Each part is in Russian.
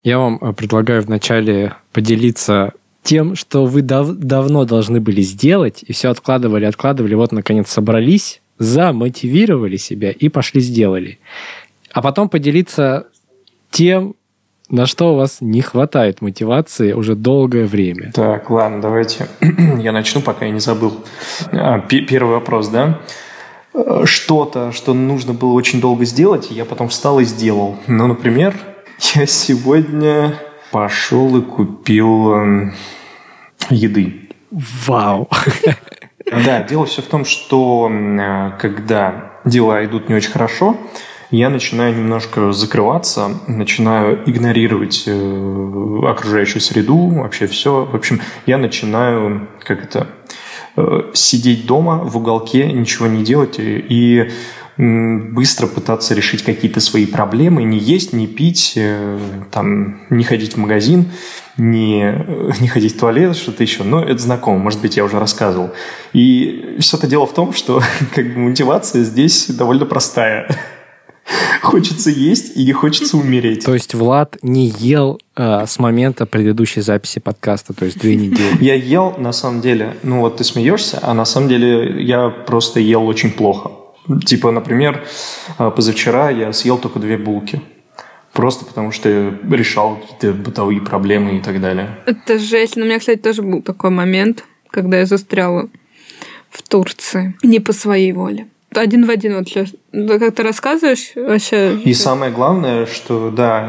Я вам предлагаю вначале поделиться тем, что вы давно должны были сделать, и все откладывали, вот, наконец, собрались, замотивировали себя и пошли сделали. А потом поделиться тем, на что у вас не хватает мотивации уже долгое время. Так, ладно, давайте я начну, пока я не забыл. Первый вопрос, да? Что-то, что нужно было очень долго сделать, я потом встал и сделал. Ну, например, я сегодня пошел и купил еды. Вау! Да, дело все в том, что когда дела идут не очень хорошо, я начинаю немножко закрываться, начинаю игнорировать окружающую среду, вообще все. В общем, я начинаю сидеть дома в уголке, ничего не делать и быстро пытаться решить какие-то свои проблемы, не есть, не пить, не ходить в магазин, не ходить в туалет, что-то еще. Но это знакомо, может быть, я уже рассказывал. И все это дело в том, что мотивация здесь довольно простая. Хочется есть и не хочется умереть. То есть Влад не ел с момента предыдущей записи подкаста, то есть 2 недели. Я ел, на самом деле, ты смеешься, а на самом деле я просто ел очень плохо. Например, позавчера я съел только 2 булки. Просто потому что я решал какие-то бытовые проблемы и так далее. Это жесть. У меня, кстати, тоже был такой момент, когда я застряла в Турции. Не по своей воле. Один в один вот сейчас. Как ты рассказываешь вообще. И самое главное, что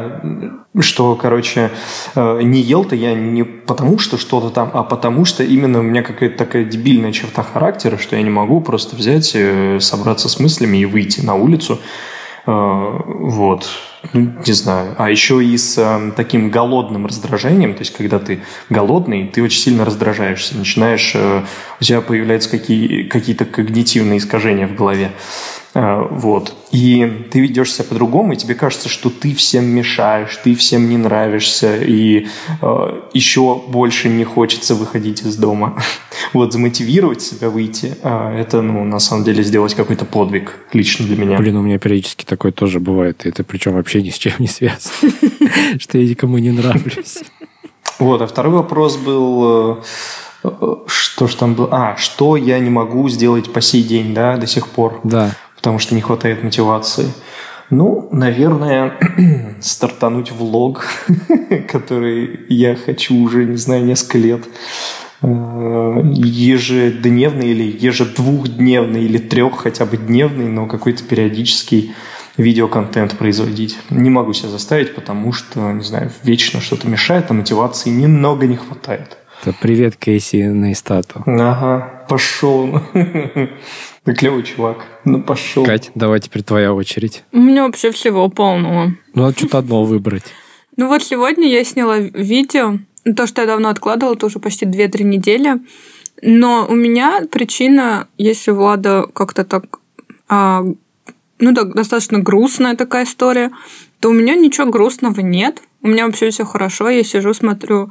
не ел-то я не потому, что что-то там, а потому что именно у меня какая-то такая дебильная черта характера, что я не могу просто взять, собраться с мыслями и выйти на улицу. Вот. Не знаю. А еще и с таким голодным раздражением, то есть когда ты голодный, ты очень сильно раздражаешься, начинаешь, у тебя появляются какие-то когнитивные искажения в голове. Вот. И ты ведешь себя по-другому, и тебе кажется, что ты всем мешаешь, ты всем не нравишься, и еще больше не хочется выходить из дома. Вот, замотивировать себя выйти, это, на самом деле, сделать какой-то подвиг лично для меня. Блин, у меня периодически такое тоже бывает, и это причем вообще ни с чем не связано, что я никому не нравлюсь. Вот, а второй вопрос был... Что ж там было? Что я не могу сделать по сей день, да, до сих пор? Да. Потому что не хватает мотивации. Наверное, стартануть влог, который я хочу уже, не знаю, несколько лет. Ежедневный или ежедвухдневный или 3 хотя бы дневный, но какой-то периодический видеоконтент производить. Не могу себя заставить, потому что, не знаю, вечно что-то мешает, а мотивации немного не хватает. Привет, Кейси Нейстату. Ага, пошел. Ты клевый чувак. Пошел. Кать, давай теперь твоя очередь. У меня вообще всего полного. Надо что-то одно выбрать. Сегодня я сняла видео. То, что я давно откладывала, это уже почти 2-3 недели. Но у меня причина, если Влада как-то так... достаточно грустная такая история, то у меня ничего грустного нет. У меня вообще все хорошо. Я сижу, смотрю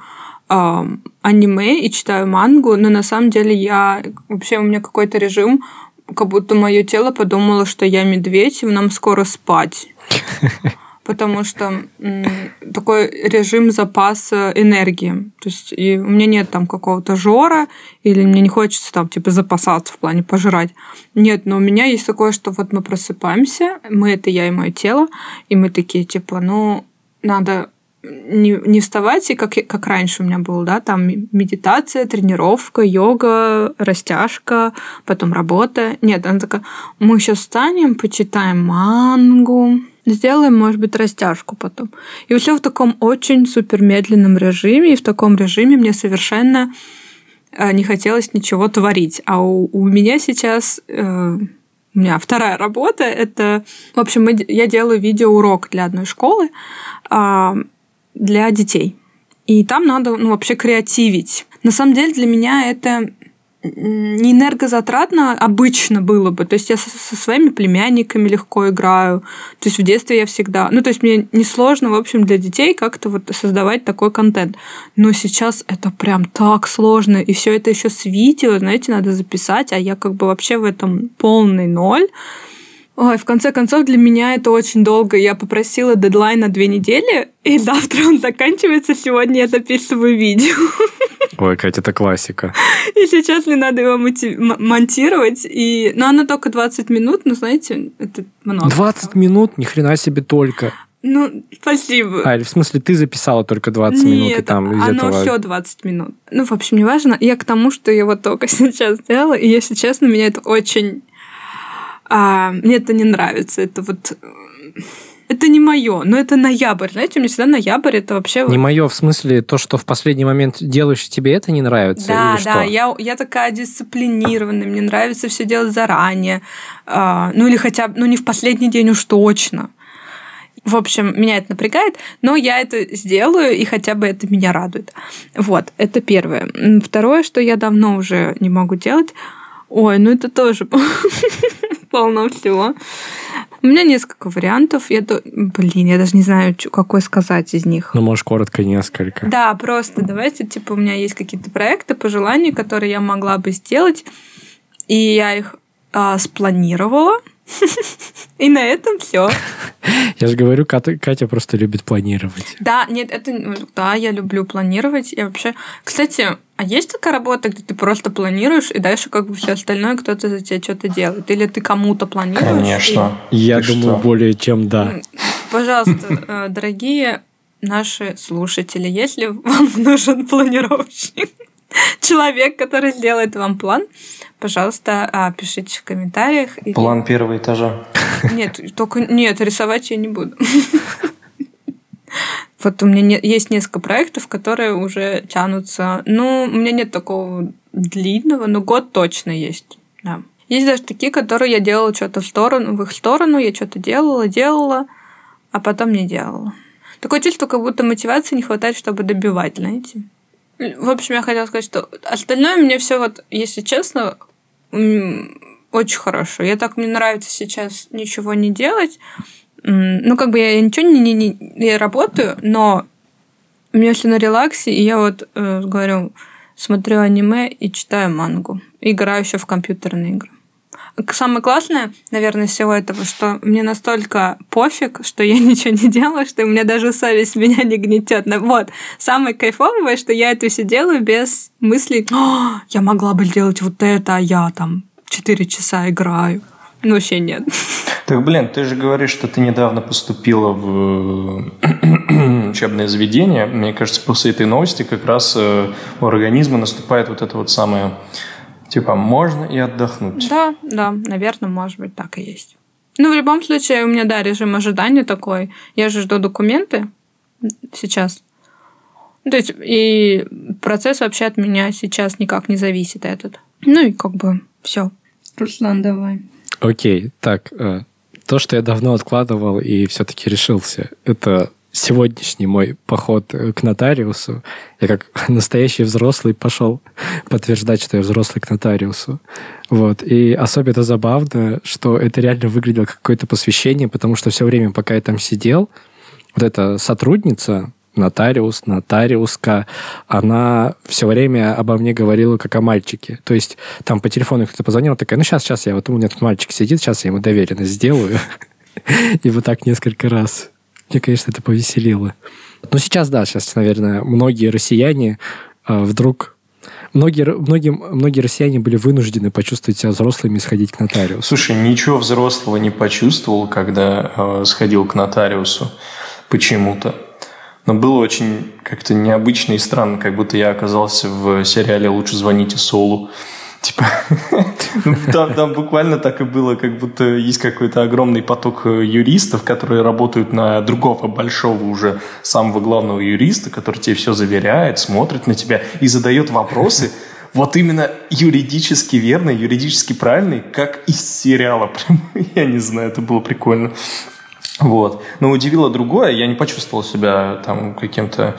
аниме и читаю мангу, но на самом деле у меня какой-то режим, как будто мое тело подумало, что я медведь, и нам скоро спать. Потому что такой режим запаса энергии. То есть и у меня нет там какого-то жора, или мне не хочется там запасаться в плане пожрать. Нет, но у меня есть такое, что вот мы просыпаемся, это я и мое тело, и мы такие, надо не вставать, и как раньше у меня было, да, там медитация, тренировка, йога, растяжка, потом работа. Нет, она такая, мы сейчас встанем, почитаем мангу, сделаем, может быть, растяжку потом. И все в таком очень супер медленном режиме, и в таком режиме мне совершенно не хотелось ничего творить. А у меня сейчас... У меня вторая работа, это... В общем, я делаю видеоурок для одной школы, для детей. И там надо вообще креативить. На самом деле для меня это не энергозатратно обычно было бы. То есть я со своими племянниками легко играю. То есть в детстве я всегда... то есть мне несложно, в общем, для детей как-то создавать такой контент. Но сейчас это прям так сложно. И все это еще с видео, знаете, надо записать, а я вообще в этом полный ноль. Ой, в конце концов, для меня это очень долго. Я попросила дедлайн на 2 недели, и завтра он заканчивается. Сегодня я записываю видео. Ой, Катя, это классика. И сейчас мне надо его монтировать. Но оно только 20 минут, но, знаете, это много. 20 минут? Ни хрена себе только. Ну, спасибо. В смысле, ты записала только 20 минут, и там из этого... Нет, оно все 20 минут. Ну, в общем, неважно. Я к тому, что я вот только сейчас сделала, и, если честно, меня это очень... мне это не нравится. Это вот... Это не мое, но это ноябрь. Знаете, у меня всегда ноябрь, это вообще... Не мое, в смысле, то, что в последний момент делаешь, тебе это не нравится? Да, или да, что? я такая дисциплинированная, мне нравится все делать заранее. Ну, или хотя бы, не в последний день уж точно. В общем, меня это напрягает, но я это сделаю, и хотя бы это меня радует. Вот, это первое. Второе, что я давно уже не могу делать... Ой, это тоже полно всего. У меня несколько вариантов. Я даже не знаю, какой сказать из них. Ну, можешь коротко несколько. Да, просто давайте, у меня есть какие-то проекты, пожелания, которые я могла бы сделать, и я их спланировала. И на этом все. Я же говорю, Катя просто любит планировать. Да, да, я люблю планировать. Я вообще... Кстати, а есть такая работа, где ты просто планируешь, и дальше все остальное кто-то за тебя что-то делает? Или ты кому-то планируешь? Конечно. Я думаю, более чем да. Пожалуйста, дорогие наши слушатели, если вам нужен планировщик, человек, который сделает вам план, пожалуйста, пишите в комментариях. План первого этажа. Нет, рисовать я не буду. Вот у меня есть несколько проектов, которые уже тянутся. У меня нет такого длинного, но год точно есть. Да. Есть даже такие, которые я делала что-то в их сторону, я что-то делала, а потом не делала. Такое чувство, как будто мотивации не хватает, чтобы добивать, знаете. В общем, я хотела сказать, что остальное мне все если честно, очень хорошо. Мне нравится сейчас ничего не делать. Я ничего не работаю, но у меня все на релаксе, и я говорю, смотрю аниме и читаю мангу. Играю еще в компьютерные игры. Самое классное, наверное, всего этого, что мне настолько пофиг, что я ничего не делаю, что у меня даже совесть меня не гнетет. Вот. Самое кайфовое, что я это все делаю без мыслей, я могла бы делать вот это, а я 4 часа играю. Вообще нет. Так, ты же говоришь, что ты недавно поступила в учебное заведение. Мне кажется, после этой новости как раз у организма наступает это самое... можно и отдохнуть. Да, наверное, может быть, так и есть. В любом случае, у меня, режим ожидания такой. Я же жду документы сейчас. То есть, и процесс вообще от меня сейчас никак не зависит этот. И все. Руслан, давай. Окей, так, то, что я давно откладывал и все-таки решился, это... Сегодняшний мой поход к нотариусу, я как настоящий взрослый пошел подтверждать, что я взрослый к нотариусу. Вот. И особенно забавно, что это реально выглядело как какое-то посвящение, потому что все время, пока я там сидел, вот эта сотрудница, нотариуска, она все время обо мне говорила как о мальчике. То есть там по телефону кто-то позвонил, такая, сейчас я, у меня тут мальчик сидит, сейчас я ему доверенность сделаю. И вот так несколько раз. Мне, конечно, это повеселило. Но сейчас, наверное, многие россияне вдруг... Многие россияне были вынуждены почувствовать себя взрослыми и сходить к нотариусу. Слушай, ничего взрослого не почувствовал, когда сходил к нотариусу почему-то. Но было очень как-то необычно и странно, как будто я оказался в сериале «Лучше звоните Солу». Там буквально так и было, как будто есть какой-то огромный поток юристов, которые работают на другого большого уже самого главного юриста, который тебе все заверяет, смотрит на тебя и задает вопросы вот именно юридически верный, юридически правильный, как из сериала. Я не знаю, это было прикольно. Вот. Но удивило другое, я не почувствовал себя каким-то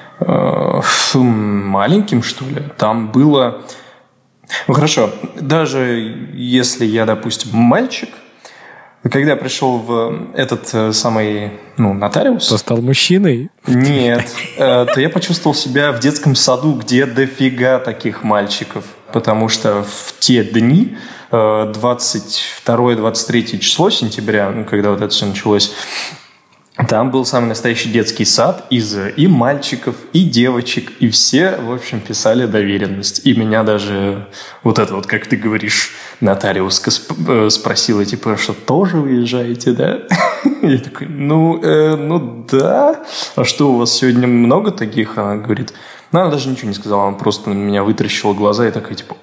маленьким, что ли. Там было... хорошо, даже если я, допустим, мальчик, когда я пришел в этот самый нотариус... То стал мужчиной? Нет, то я почувствовал себя в детском саду, где дофига таких мальчиков, потому что в те дни 22-23 число сентября, когда вот это все началось, там был самый настоящий детский сад из и мальчиков, и девочек, и все, в общем, писали доверенность. И меня даже вот это вот, как ты говоришь, нотариуска спросила, типа, что тоже уезжаете, да? Я такой, ну да. А что, у вас сегодня много таких? Она говорит, она даже ничего не сказала, она просто на меня вытаращила глаза и такая, типа,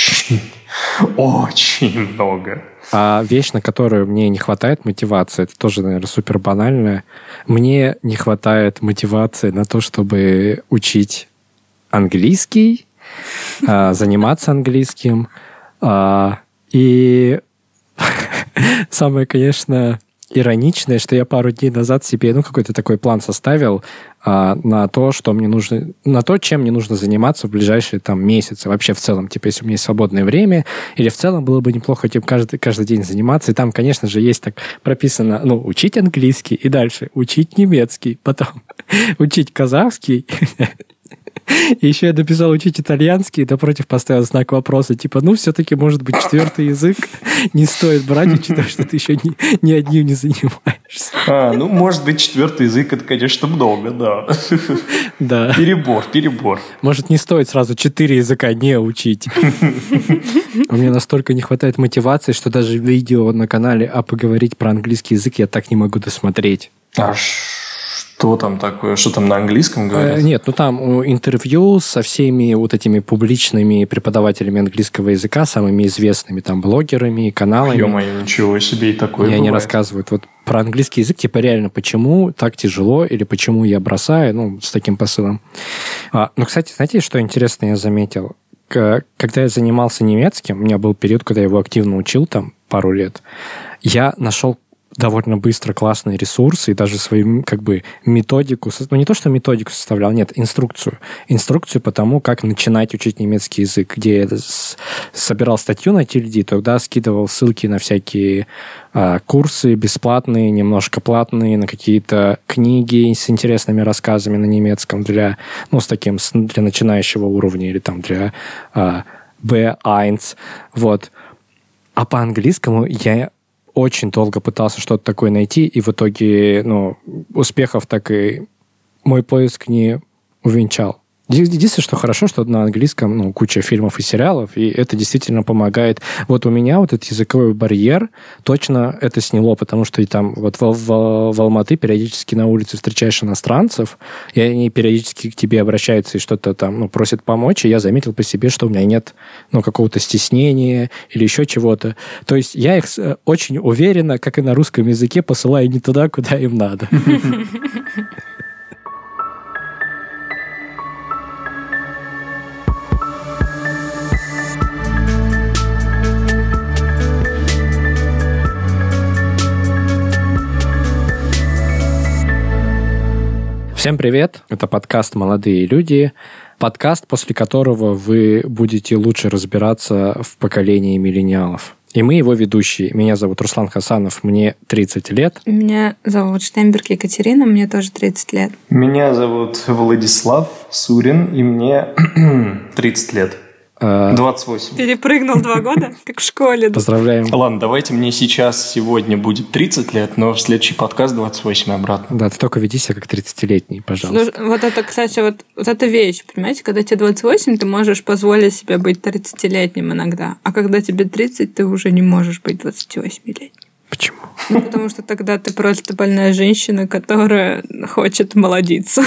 очень много. А вещь, на которую мне не хватает мотивации, это тоже, наверное, супер банальное. Мне не хватает мотивации на то, чтобы учить английский, заниматься английским. И самое, конечно, ироничное, что я пару дней назад себе, какой-то такой план составил на то, что мне нужно, на то, чем мне нужно заниматься в ближайшие месяцы. Вообще в целом, если у меня есть свободное время, или в целом было бы неплохо каждый день заниматься. И там, конечно же, есть так прописано, учить английский, и дальше учить немецкий, потом учить казахский. И еще я написал учить итальянский, и напротив поставил знак вопроса, все-таки, может быть, 4-й язык не стоит брать, учитывая, что ты еще ни одним не занимаешься. Может быть, 4-й язык, это, конечно, много, да. Да. Перебор. Может, не стоит сразу 4 языка не учить. У меня настолько не хватает мотивации, что даже видео на канале поговорить про английский язык я так не могу досмотреть. Что там такое? Что там на английском говорят? Нет, там интервью со всеми вот этими публичными преподавателями английского языка, самыми известными блогерами, каналами. Ё-моё, ничего себе, и такое бывает. И они рассказывают про английский язык, реально, почему так тяжело, или почему я бросаю, с таким посылом. Кстати, знаете, что интересно я заметил? Когда я занимался немецким, у меня был период, когда я его активно учил, пару лет, я нашел довольно быстро классные ресурсы и даже свою методику, не то, что методику составлял, нет, инструкцию по тому, как начинать учить немецкий язык, где я собирал статью на Тильде, тогда скидывал ссылки на всякие курсы бесплатные, немножко платные, на какие-то книги с интересными рассказами на немецком для начинающего уровня или для B1. А по английскому я очень долго пытался что-то такое найти, и в итоге, успехов так и мой поиск не увенчал. Единственное, что хорошо, что на английском куча фильмов и сериалов, и это действительно помогает. У меня этот языковой барьер точно это сняло, потому что и там в Алматы периодически на улице встречаешь иностранцев, и они периодически к тебе обращаются и что-то просят помочь, и я заметил по себе, что у меня нет какого-то стеснения или еще чего-то. То есть я их очень уверенно, как и на русском языке, посылаю не туда, куда им надо. Всем привет! Это подкаст «Молодые люди», подкаст, после которого вы будете лучше разбираться в поколении миллениалов. И мы его ведущие. Меня зовут Руслан Хасанов, мне 30 лет. Меня зовут Штемберг Екатерина, мне тоже 30 лет. Меня зовут Владислав Сурин, и мне 30 лет. 28. Перепрыгнул 2 года, как в школе. Поздравляем. Ладно, давайте мне сегодня будет 30 лет, но в следующий подкаст 28 обратно. Да, ты только веди себя как 30-летний, пожалуйста. Вот это, кстати, вот эта вещь, понимаете, когда тебе 28, ты можешь позволить себе быть 30-летним иногда, а когда тебе 30, ты уже не можешь быть 28-летним. Почему? Потому что тогда ты просто больная женщина, которая хочет молодиться.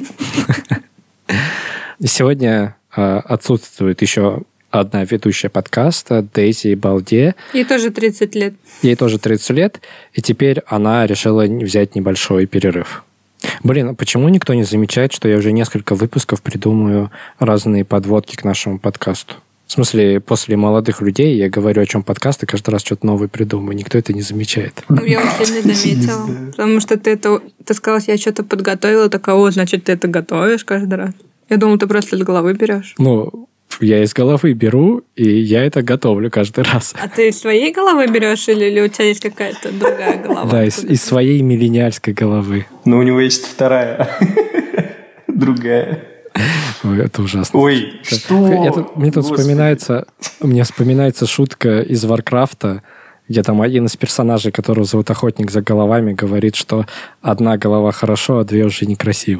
Сегодня отсутствует еще одна ведущая подкаста, Дейзи Балде. Ей тоже 30 лет. Ей тоже 30 лет, и теперь она решила взять небольшой перерыв. Почему никто не замечает, что я уже несколько выпусков придумываю разные подводки к нашему подкасту? В смысле, после «Молодых людей» я говорю, о чем подкаст, и каждый раз что-то новое придумаю. Никто это не замечает. Я вообще не заметила. Потому что ты сказала, я что-то подготовила, такого, значит, ты это готовишь каждый раз. Я думала, ты просто из головы берешь. Я из головы беру, и я это готовлю каждый раз. А ты из своей головы берешь, или у тебя есть какая-то другая голова? Да, из своей миллениальской головы. Но у него есть вторая, другая. Ой, это ужасно. Ой, что? Мне тут вспоминается шутка из Варкрафта, где там один из персонажей, которого зовут Охотник за головами, говорит, что одна голова хорошо, а две уже некрасиво.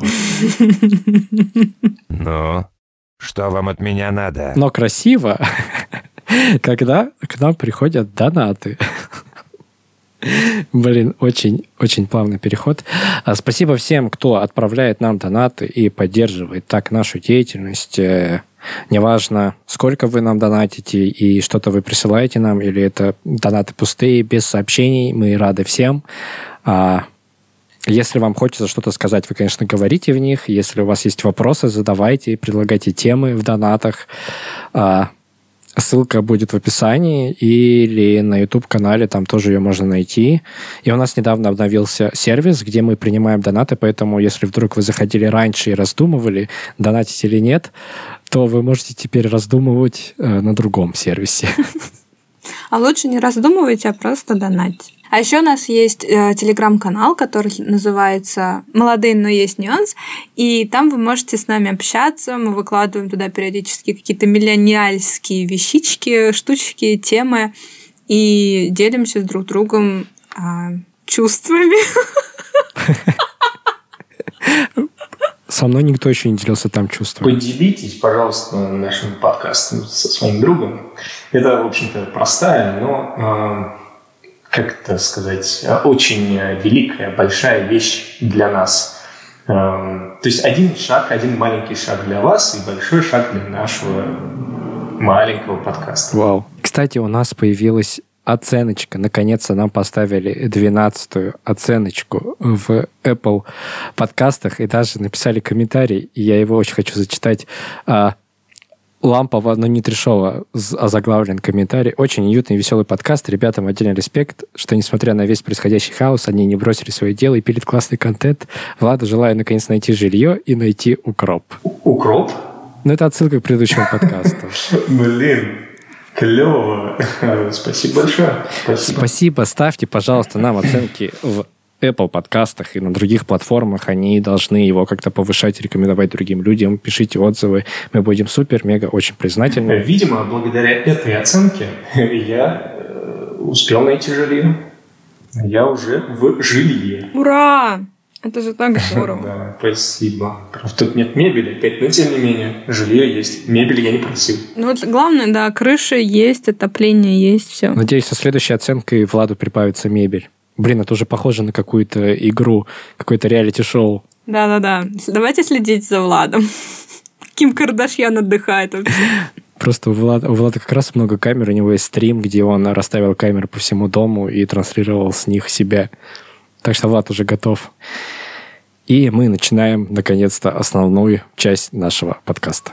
Ну, что вам от меня надо? Но красиво, когда к нам приходят донаты. Блин, очень плавный переход. Спасибо всем, кто отправляет нам донаты и поддерживает так нашу деятельность. Неважно, сколько вы нам донатите и что-то вы присылаете нам, или это донаты пустые, без сообщений, мы рады всем. Если вам хочется что-то сказать, вы, конечно, говорите в них. Если у вас есть вопросы, задавайте, предлагайте темы в донатах. Ссылка будет в описании или на YouTube-канале, там тоже ее можно найти. И у нас недавно обновился сервис, где мы принимаем донаты, поэтому если вдруг вы заходили раньше и раздумывали, донатить или нет, то вы можете теперь раздумывать на другом сервисе. А лучше не раздумывайте, а просто донатьте. А еще у нас есть телеграм-канал, который называется «Молодые, но есть нюанс», и там вы можете с нами общаться, мы выкладываем туда периодически какие-то миллениальские вещички, штучки, темы, и делимся друг с другом чувствами. Со мной никто еще не делился там чувствами. Поделитесь, пожалуйста, нашим подкастом со своим другом. Это, в общем-то, простая, но... как это сказать, очень великая, большая вещь для нас. То есть один маленький шаг для вас и большой шаг для нашего маленького подкаста. Вау. Кстати, у нас появилась оценочка. Наконец-то нам поставили 12-ю оценочку в Apple подкастах и даже написали комментарий, и я его очень хочу зачитать. Лампово, но не трешово озаглавлен комментарий. Очень уютный и веселый подкаст. Ребятам отдельный респект, что, несмотря на весь происходящий хаос, они не бросили свое дело и пилят классный контент. Влада, желаю наконец найти жилье и найти укроп. Укроп? Ну, это отсылка к предыдущему подкасту. Блин, клево. Спасибо большое. Спасибо. Ставьте, пожалуйста, нам оценки в Apple подкастах и на других платформах. Они должны его как-то повышать, рекомендовать другим людям. Пишите отзывы. Мы будем супер, мега, очень признательны. Видимо, благодаря этой оценке я успел найти жилье. Я уже в жилье. Ура! Это же так здорово. Да, спасибо. Правда, тут нет мебели, опять, но тем не менее, жилье есть. Мебель я не просил. Ну вот главное, да, крыша есть, отопление есть, все. Надеюсь, со следующей оценкой Владу прибавится мебель. Блин, это уже похоже на какую-то игру, какое-то реалити-шоу. Да-да-да. Давайте следить за Владом. Ким Кардашьян отдыхает вообще. Просто у Влада как раз много камер. У него есть стрим, где он расставил камеры по всему дому и транслировал с них себя. Так что Влад уже готов. И мы начинаем, наконец-то, основную часть нашего подкаста.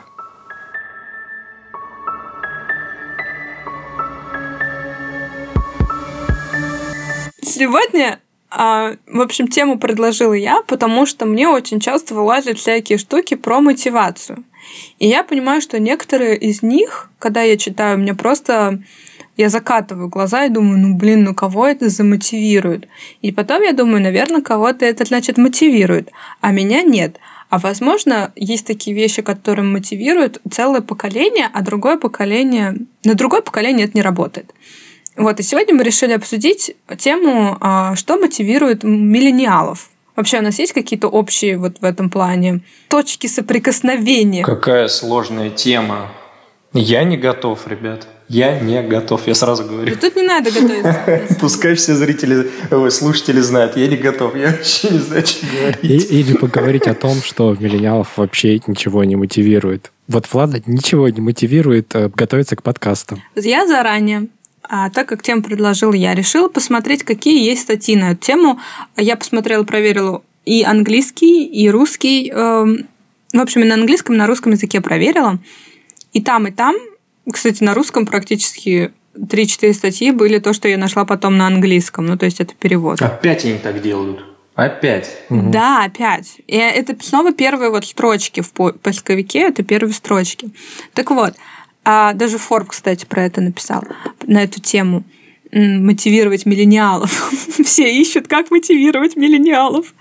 Сегодня, в общем, тему предложила я, потому что мне очень часто вылазят всякие штуки про мотивацию. И я понимаю, что некоторые из них, когда я читаю, мне просто... Я закатываю глаза и думаю, кого это замотивирует? И потом я думаю, наверное, кого-то это, значит, мотивирует, а меня нет. А, возможно, есть такие вещи, которые мотивируют целое поколение, а на другое поколение это не работает. Вот, и сегодня мы решили обсудить тему, что мотивирует миллениалов. Вообще у нас есть какие-то общие вот в этом плане точки соприкосновения? Какая сложная тема. Я не готов, ребят. Я не готов, я сразу говорю. Да тут не надо готовиться. Пускай все слушатели знают, я не готов, я вообще не знаю, что говорить. Или поговорить о том, что миллениалов вообще ничего не мотивирует. Вот Влада ничего не мотивирует готовиться к подкастам. Я заранее, так как тему предложил я, решила посмотреть, какие есть статьи на эту тему. Я посмотрела, проверила и английский, и русский. В общем, и на английском, и на русском языке проверила. И там, кстати, на русском практически 3-4 статьи были то, что я нашла потом на английском. Ну, то есть это перевод. Опять они так делают. Опять. Да, опять. И это снова первые вот строчки в поисковике, это первые строчки. Так вот, даже Forbes, кстати, про это написал, на эту тему. мотивировать миллениалов. Все ищут, как мотивировать миллениалов.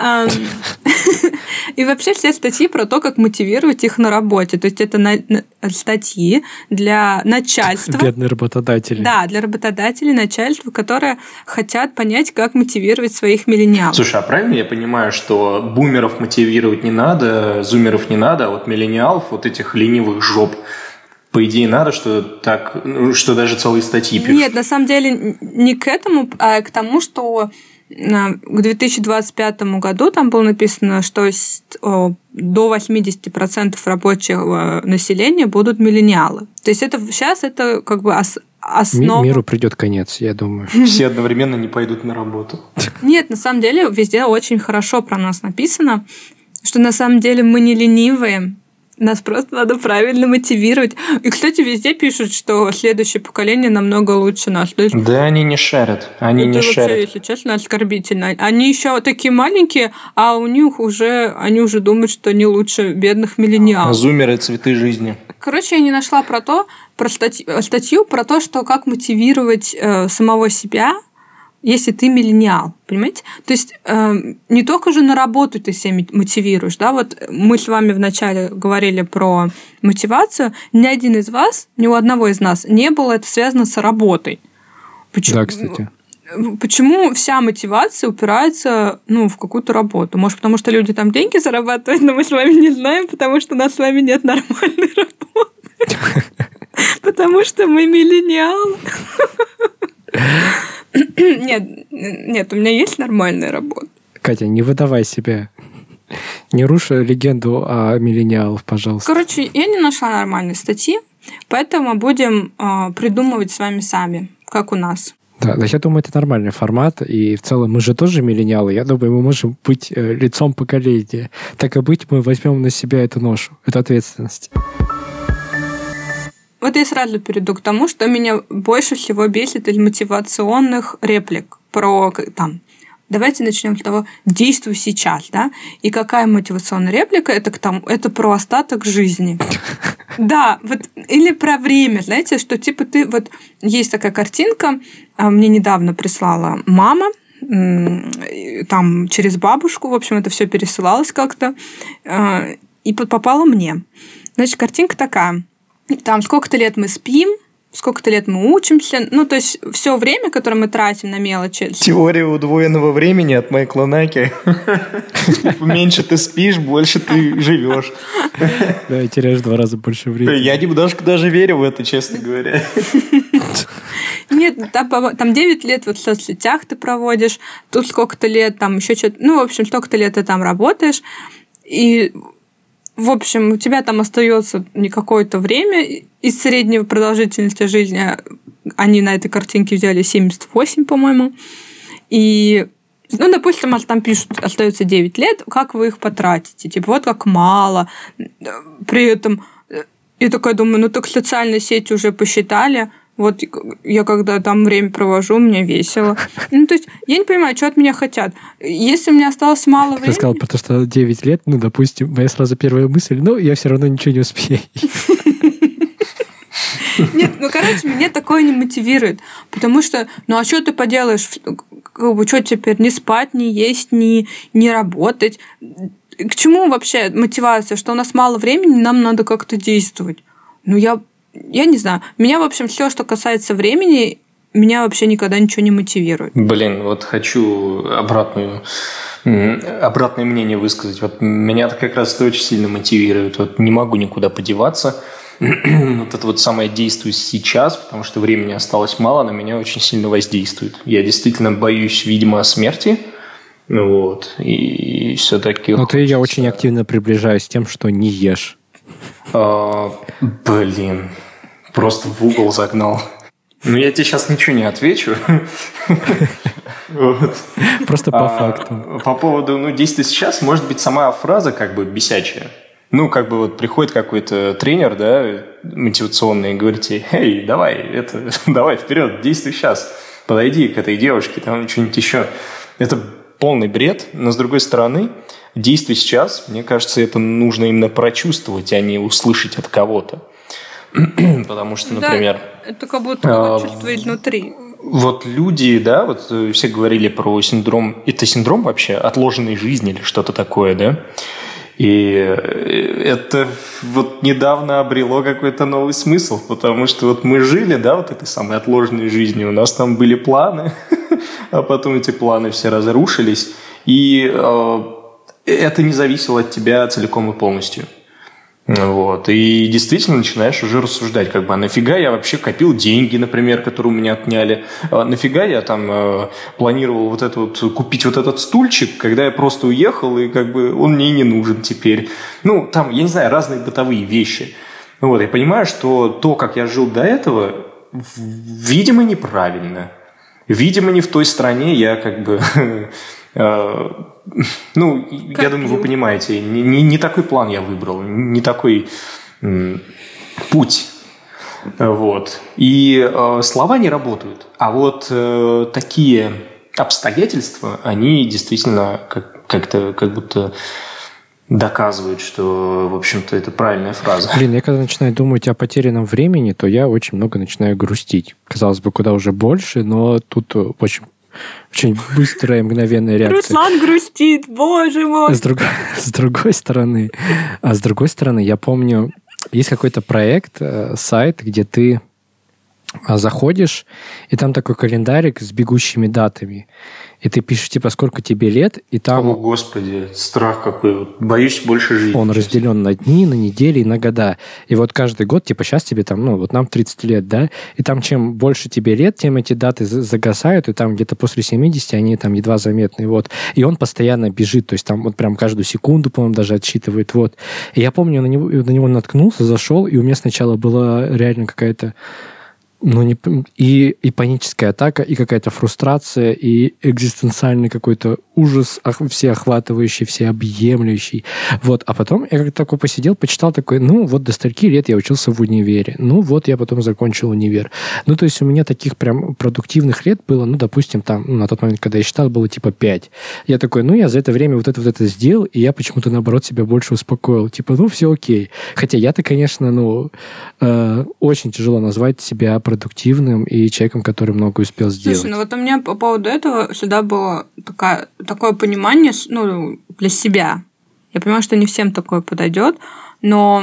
И вообще все статьи про то, как мотивировать их на работе. То есть это статьи для начальства. Бедные работодатели. Да, для работодателей, начальства, которые хотят понять, как мотивировать своих миллениалов. Слушай, а правильно я понимаю, что бумеров мотивировать не надо, зумеров не надо, а вот миллениалов, вот этих ленивых жоп, по идее, надо, что даже целые статьи пишут? Нет, на самом деле не к этому, а к тому, что к 2025 году там было написано, что до 80% рабочего населения будут миллениалы. То есть сейчас это как бы основа... Миру придет конец, я думаю. Все одновременно не пойдут на работу. Нет, на самом деле везде очень хорошо про нас написано, что на самом деле мы не ленивые, нас просто надо правильно мотивировать. И, кстати, везде пишут, что следующее поколение намного лучше нас. Да, они не шарят. Они это не вообще, шарят. если честно, оскорбительно. Они еще такие маленькие, а у них они уже думают, что они лучше бедных миллениалов. Зумеры – цветы жизни. Короче, я не нашла про статью про то, что как мотивировать самого себя, если ты миллениал, понимаете? То есть не только же на работу ты себя мотивируешь, да, вот мы с вами вначале говорили про мотивацию, ни один из вас, ни у одного из нас не было это связано с работой. Да, кстати. Почему вся мотивация упирается, в какую-то работу? Может, потому что люди там деньги зарабатывают, но мы с вами не знаем, потому что у нас с вами нет нормальной работы. Потому что мы миллениалы. Нет, у меня есть нормальная работа. Катя, не выдавай себя. Не руши легенду о миллениалах, пожалуйста. Короче, я не нашла нормальной статьи, поэтому будем придумывать с вами сами, как у нас. Да, я думаю, это нормальный формат, и в целом мы же тоже миллениалы. Я думаю, мы можем быть лицом поколения. Так и быть, мы возьмем на себя эту ношу, эту ответственность. Вот я сразу перейду к тому, что меня больше всего бесит из мотивационных реплик про давайте начнем с того, действуй сейчас, да? И какая мотивационная реплика? Это про остаток жизни. Да, вот, или про время, знаете, что типа ты, вот есть такая картинка, мне недавно прислала мама, там через бабушку, в общем, это все пересылалось как-то, и попало мне. Значит, картинка такая. Там сколько-то лет мы спим, сколько-то лет мы учимся. То есть все время, которое мы тратим на мелочи. Теория удвоенного времени от Майкла Наки. Меньше ты спишь, больше ты живешь. Да, и теряешь 2 раза больше времени. Я немножко даже верю в это, честно говоря. Нет, там 9 лет вот в соцсетях ты проводишь, тут сколько-то лет, там еще что-то. В общем, столько-то лет ты там работаешь. И в общем, у тебя там остается не какое-то время из средней продолжительности жизни. Они на этой картинке взяли 78, по-моему. И, допустим, там пишут, остается 9 лет, как вы их потратите? Типа, вот как мало. При этом я такая думаю, так социальные сети уже посчитали. Вот я когда там время провожу, мне весело. То есть я не понимаю, что от меня хотят. Если у меня осталось мало времени... Ты сказал, потому что 9 лет, допустим, моя сразу первая мысль, я все равно ничего не успею. Нет, короче, меня такое не мотивирует. Потому что, а что ты поделаешь? Что теперь? Не спать, не есть, не работать. К чему вообще мотивация? Что у нас мало времени, нам надо как-то действовать. Я не знаю. Меня, в общем, все, что касается времени, меня вообще никогда ничего не мотивирует. Блин, вот хочу обратное мнение высказать. Вот меня-то как раз это очень сильно мотивирует. Вот не могу никуда подеваться. Вот это вот самое «действуй сейчас», потому что времени осталось мало, на меня очень сильно воздействует. Я действительно боюсь, видимо, смерти. И все-таки... Я очень активно приближаюсь к тем, что не ешь. Блин, просто в угол загнал. Я тебе сейчас ничего не отвечу. Просто по факту. По поводу «действуй сейчас», может быть, сама фраза как бы бесячая. Приходит какой-то тренер, да, мотивационный, и говорит тебе: «Эй, давай вперед, действуй сейчас, подойди к этой девушке, там что-нибудь еще». Это полный бред, но с другой стороны, действуй сейчас, мне кажется, это нужно именно прочувствовать, а не услышать от кого-то. Потому что, например... Да, это как будто чувствуешь внутри. вот люди, да, вот все говорили про синдром, это синдром вообще отложенной жизни или что-то такое, да? И это вот недавно обрело какой-то новый смысл, потому что вот мы жили, да, вот этой самой отложенной жизнью, у нас там были планы, а потом эти планы все разрушились, и это не зависело от тебя целиком и полностью. Вот. И действительно начинаешь уже рассуждать, как бы, а нафига я вообще копил деньги, например, которые у меня отняли, нафига я там планировал вот это вот, купить вот этот стульчик, когда я просто уехал, и как бы он мне и не нужен теперь. Ну, там, я не знаю, разные бытовые вещи. Вот. Я понимаю, что то, как я жил до этого, видимо, неправильно. Видимо, не в той стране я как бы... Ну, как я думаю, вы понимаете, не такой план я выбрал, не такой путь. Вот. И слова не работают. А вот такие обстоятельства, они действительно как будто доказывают, что, в общем-то, это правильная фраза. Блин, я когда начинаю думать о потерянном времени, то я очень много начинаю грустить. Казалось бы, куда уже больше, но тут очень быстрая, мгновенная реакция. Руслан грустит, боже мой. С другой стороны, я помню, есть какой-то проект, сайт, где ты заходишь, и там такой календарик с бегущими датами. И ты пишешь, типа, сколько тебе лет, и там... О, Господи, страх какой. Боюсь больше жить. Он разделен на дни, на недели и на года. И вот каждый год, типа, сейчас тебе там, ну, вот нам 30 лет, да, и там чем больше тебе лет, тем эти даты загасают, и там где-то после 70 они там едва заметны, вот. И он постоянно бежит, то есть там вот прям каждую секунду, по-моему, даже отсчитывает, вот. И я помню, на него наткнулся, зашел, и у меня сначала была реально какая-то и паническая атака, и какая-то фрустрация, и экзистенциальный какой-то ужас, всеохватывающий, всеобъемлющий. Вот. А потом я как-то такой посидел, почитал такой, ну, вот до стольки лет я учился в универе. Ну, вот я потом закончил универ. Ну, то есть у меня таких прям продуктивных лет было, ну, допустим, там, на тот момент, когда я считал, было типа 5. Я такой, ну, я за это время вот это сделал, и я почему-то, наоборот, себя больше успокоил. Типа, ну, все окей. Хотя я-то, конечно, очень тяжело назвать себя продуктивным и человеком, который много успел сделать. Слушай, ну вот у меня по поводу этого всегда было такое понимание, ну, для себя. Я понимаю, что не всем такое подойдет, но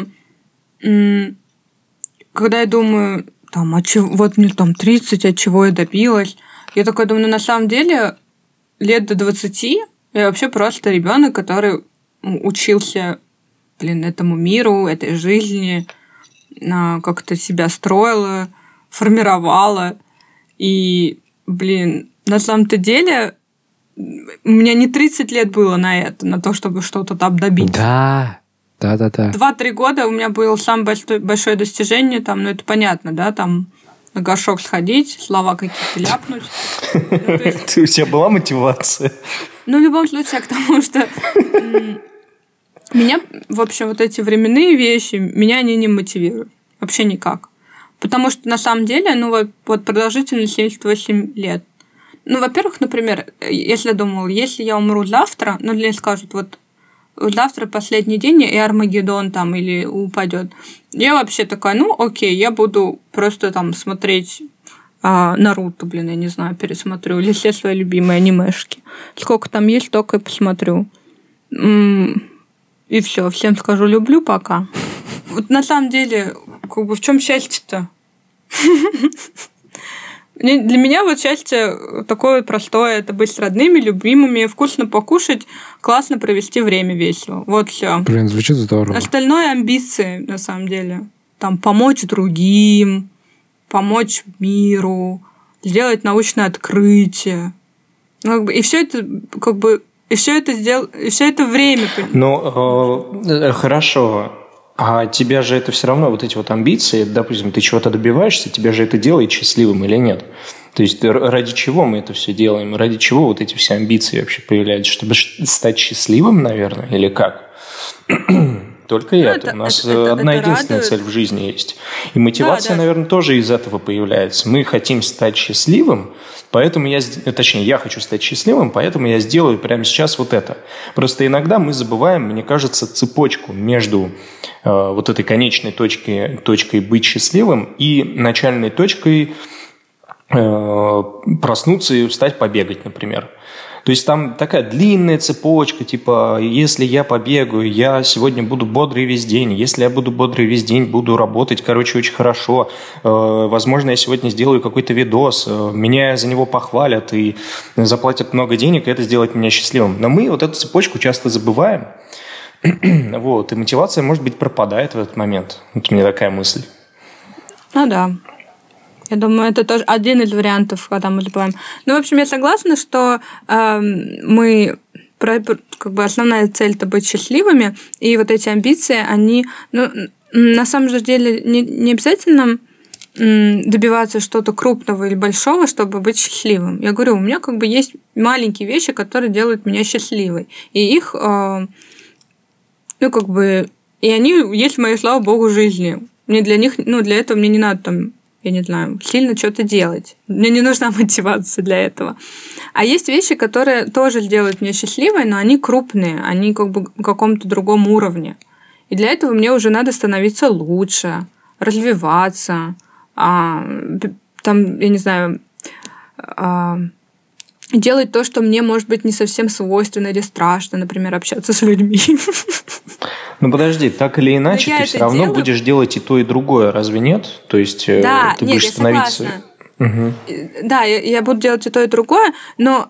когда я думаю, там, вот мне там 30, от чего я добилась, я такая думаю, на самом деле лет до 20 я вообще просто ребенок, который учился, этому миру, этой жизни, как-то себя строила, формировала. И, на самом-то деле у меня не 30 лет было на это, на то, чтобы что-то там добиться. Да. 2-3 года у меня было самое большое достижение, там, это понятно, да, там на горшок сходить, слова какие-то ляпнуть. У тебя была мотивация? Ну, в любом случае, к тому, что меня, в общем, вот эти временные вещи, меня они не мотивируют. Вообще никак. Потому что, на самом деле, вот продолжительность 78 лет. Ну, во-первых, например, если я думала, если я умру завтра, мне скажут, вот завтра последний день, и Армагеддон там или упадет. Я вообще такая, окей, я буду просто там смотреть Наруто, я не знаю, пересмотрю, или все свои любимые анимешки. Сколько там есть, столько и посмотрю. И все, всем скажу, люблю, пока. Вот на самом деле, в чем счастье-то? Для меня вот счастье такое простое. Это быть с родными, любимыми, вкусно покушать, классно провести время весело. Вот все. Звучит здорово. Остальное амбиции, на самом деле. Там помочь другим, помочь миру, сделать научное открытие. И все это и все это время. Хорошо. А тебя же это все равно, вот эти вот амбиции, допустим, ты чего-то добиваешься, тебя же это делает счастливым или нет? То есть ради чего мы это все делаем? Ради чего вот эти все амбиции вообще появляются? Чтобы стать счастливым, наверное, или как? Только это. У нас одна единственная цель в жизни есть. И мотивация, наверное, тоже из этого появляется. Мы хотим стать счастливым, поэтому я хочу стать счастливым, поэтому я сделаю прямо сейчас вот это. Просто иногда мы забываем, мне кажется, цепочку между вот этой конечной точкой быть счастливым и начальной точкой проснуться и встать побегать, например. То есть там такая длинная цепочка, типа, если я побегаю, я сегодня буду бодрый весь день. Если я буду бодрый весь день, буду работать, короче, очень хорошо. Возможно, я сегодня сделаю какой-то видос, меня за него похвалят и заплатят много денег, и это сделает меня счастливым. Но мы вот эту цепочку часто забываем. Вот, и мотивация, может быть, пропадает в этот момент. Вот у меня такая мысль. Ну да. Я думаю, это тоже один из вариантов, когда мы забываем. Ну, в общем, я согласна, что мы... Как бы основная цель – это быть счастливыми, и вот эти амбиции, они... Ну, на самом же деле не обязательно добиваться что-то крупного или большого, чтобы быть счастливым. Я говорю, у меня как бы есть маленькие вещи, которые делают меня счастливой. И их... Ну, как бы... И они есть в моей, слава богу, жизни. Мне для них... Ну, для этого мне не надо там... Я не знаю, сильно что-то делать. Мне не нужна мотивация для этого. А есть вещи, которые тоже делают меня счастливой, но они крупные, они как бы на каком-то другом уровне. И для этого мне уже надо становиться лучше, развиваться, там, я не знаю, делать то, что мне, может быть, не совсем свойственно или страшно, например, общаться с людьми. Ну подожди, так или иначе, ты все равно будешь делать и то, и другое, разве нет? То есть да, ты будешь становиться... Угу. Да, я буду делать и то, и другое, но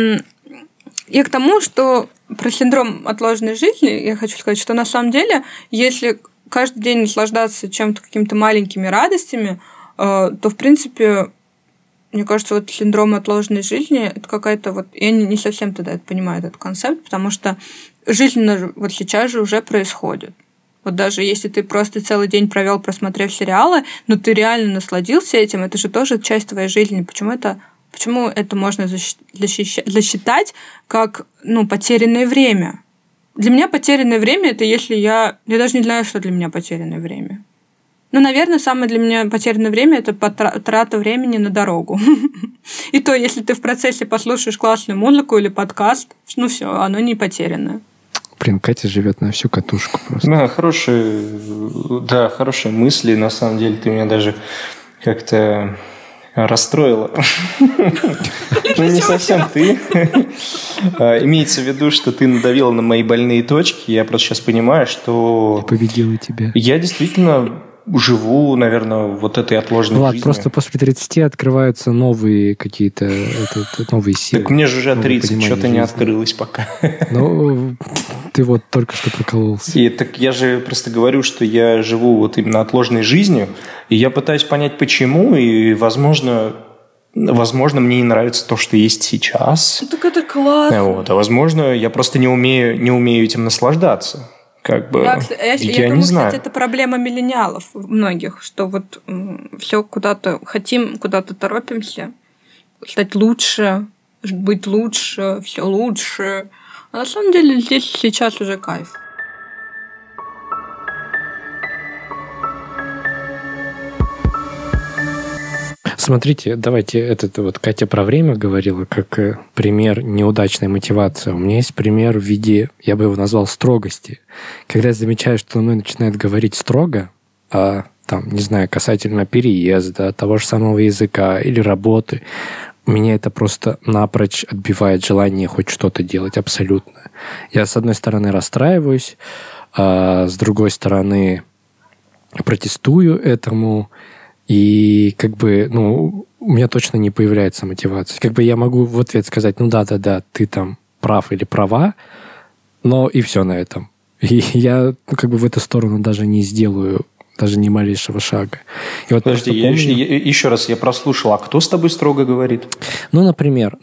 я к тому, что про синдром отложенной жизни я хочу сказать, что на самом деле, если каждый день наслаждаться чем-то, какими-то маленькими радостями, то, в принципе, мне кажется, вот синдром отложенной жизни – это какая-то вот... Я не совсем тогда понимаю этот концепт, потому что жизнь вот сейчас же уже происходит. Вот даже если ты просто целый день провел, просмотрев сериалы, но ты реально насладился этим, это же тоже часть твоей жизни. Почему это можно засчитать как потерянное время? Для меня потерянное время – это если я даже не знаю, что для меня потерянное время. Ну, наверное, самое для меня потерянное время – это трата времени на дорогу. И то, если ты в процессе послушаешь классную музыку или подкаст, ну все, оно не потерянное. Блин, Катя живет на всю катушку просто. Да, хорошие мысли. На самом деле, ты меня даже как-то расстроила. Ну, не совсем ты. Имеется в виду, что ты надавила на мои больные точки. Я просто сейчас понимаю, что... Я победила тебя. Я действительно живу, наверное, вот этой отложенной Влад, жизнью. просто после 30 открываются новые какие-то новые силы. Так мне же уже 30, что-то не открылось пока. Ну, ты вот только что прокололся. И так я же просто говорю, что я живу вот именно отложенной жизнью, и я пытаюсь понять, почему, и, возможно, мне не нравится то, что есть сейчас. Так это классно. Вот. А возможно, я просто не умею этим наслаждаться. Как бы, я думаю, не знаю. Кстати, это проблема миллениалов многих, что вот все куда-то хотим, куда-то торопимся, стать лучше, быть лучше, все лучше. А на самом деле здесь сейчас уже кайф. Смотрите, давайте, вот Катя про время говорила, как пример неудачной мотивации. У меня есть пример в виде, я бы его назвал, строгости. Когда я замечаю, что мной начинает говорить строго, там, не знаю, касательно переезда, того же самого языка или работы, меня это просто напрочь отбивает желание хоть что-то делать абсолютно. Я, с одной стороны, расстраиваюсь, а с другой стороны, протестую этому. И как бы, у меня точно не появляется мотивация. Как бы я могу в ответ сказать, да, ты там прав или права, но и все на этом. И я как бы в эту сторону даже не сделаю даже ни малейшего шага. И вот подожди, еще раз, я прослушал. А кто с тобой строго говорит? Ну, например,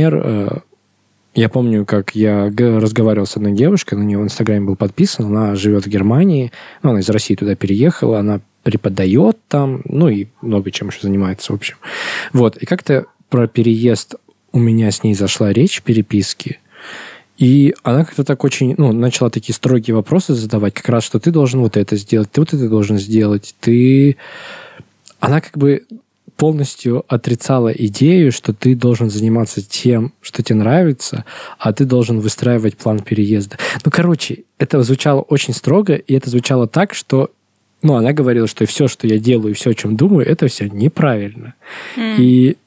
я помню, как я разговаривал с одной девушкой, на нее в Инстаграме был подписан, она живет в Германии, она из России туда переехала, она преподает там, и много чем еще занимается, в общем. Вот, и как-то про переезд у меня с ней зашла речь в переписке, и она как-то так очень, начала такие строгие вопросы задавать, как раз, что ты должен вот это сделать, ты вот это должен сделать, Она как бы полностью отрицала идею, что ты должен заниматься тем, что тебе нравится, а ты должен выстраивать план переезда. Это звучало очень строго, и это звучало так, что она говорила, что все, что я делаю, и все, о чем думаю, это все неправильно. И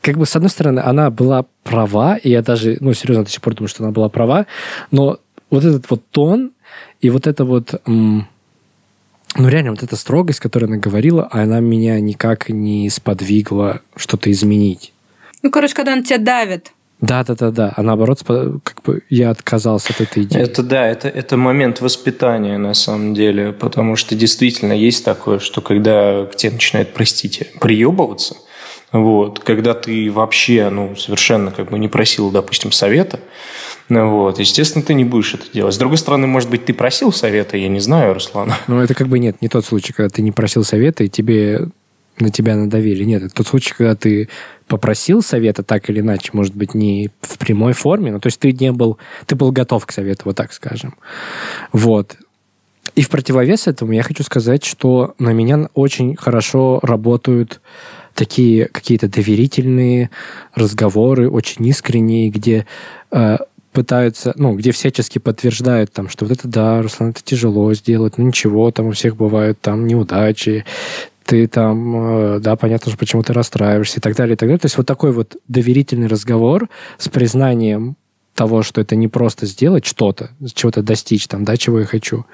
как бы, с одной стороны, она была права, и я даже, ну, серьезно, до сих пор думаю, что она была права, но вот этот вот тон и вот это вот, ну, реально, вот эта строгость, которую она говорила, она меня никак не сподвигла что-то изменить. Ну, короче, когда она тебя давит. Да. А наоборот, как бы я отказался от этой идеи. Это момент воспитания, на самом деле, потому что действительно есть такое, что когда к тебе начинают, простите, приебываться, вот, когда ты вообще, ну, совершенно как бы не просил, допустим, совета, вот, естественно, ты не будешь это делать. С другой стороны, может быть, ты просил совета, я не знаю, Руслан. Ну, это как бы нет, не тот случай, когда ты не просил совета, и на тебя надавили. Нет, это тот случай, когда ты попросил совета так или иначе, может быть, не в прямой форме, но то есть ты был готов к совету, вот так скажем. Вот. И в противовес этому я хочу сказать, что на меня очень хорошо работают такие какие-то доверительные разговоры, очень искренние, где пытаются, ну, где всячески подтверждают, там, что вот это да, Руслан, это тяжело сделать, ну ничего, там у всех бывают там неудачи, ты там, да, понятно же, почему ты расстраиваешься и так далее, и так далее. То есть вот такой вот доверительный разговор с признанием того, что это не просто сделать что-то, чего-то достичь, там, да, чего я хочу,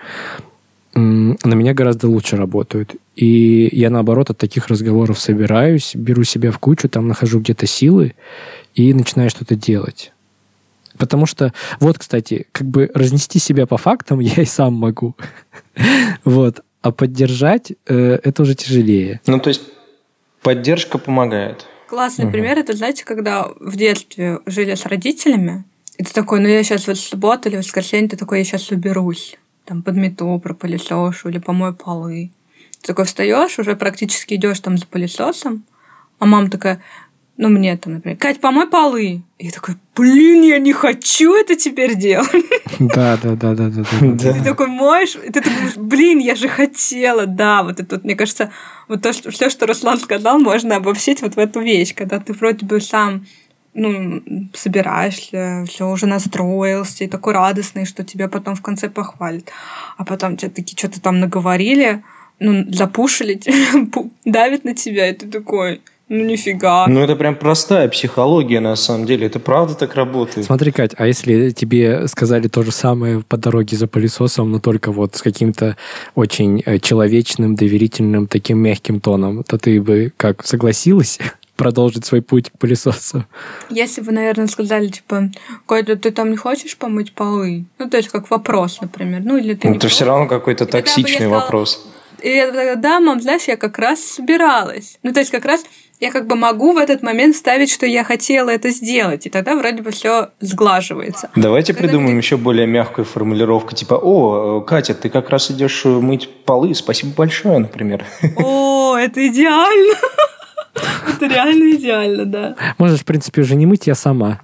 на меня гораздо лучше работают. И я, наоборот, от таких разговоров собираюсь, беру себя в кучу, там нахожу где-то силы и начинаю что-то делать. Потому что, вот, кстати, как бы разнести себя по фактам я и сам могу. Вот. А поддержать это уже тяжелее. Ну, то есть поддержка помогает. Классный пример, это, знаете, когда в детстве жили с родителями, и ты такой, ну я сейчас вот в субботу или в воскресенье, ты такой, я сейчас уберусь, там подмету, пропылесошу или помою полы. Ты такой встаешь, уже практически идешь там за пылесосом, а мама такая, ну мне там, например, Кать, помой полы. И я такой, блин, я не хочу это теперь делать. Да. Ты такой моешь, и ты такой, блин, я же хотела, да. Вот это вот, мне кажется, вот то, что все, что Руслан сказал, можно обобщить вот в эту вещь, когда ты вроде бы сам, ну, собираешься, все уже настроился, и такой радостный, что тебя потом в конце похвалят. А потом тебе такие что-то там наговорили, ну, запушили, давят на тебя, и ты такой... Ну, нифига. Ну, это прям простая психология, на самом деле. Это правда так работает. Смотри, Кать, а если тебе сказали то же самое по дороге за пылесосом, но только вот с каким-то очень человечным, доверительным, таким мягким тоном, то ты бы как, согласилась продолжить свой путь к пылесосу? Если бы, наверное, сказали, типа, Катя, ты там не хочешь помыть полы? Ну, то есть, как вопрос, например. Ну, или ты не это все равно какой-то токсичный вопрос. И я такая, да, мам, знаешь, я как раз собиралась. Ну, то есть, как раз я как бы могу в этот момент ставить, что я хотела это сделать, и тогда вроде бы все сглаживается. Давайте придумаем еще более мягкую формулировку, типа, о, Катя, ты как раз идешь мыть полы, спасибо большое, например. О, это идеально! Это реально идеально, да. Можешь, в принципе, уже не мыть, я сама.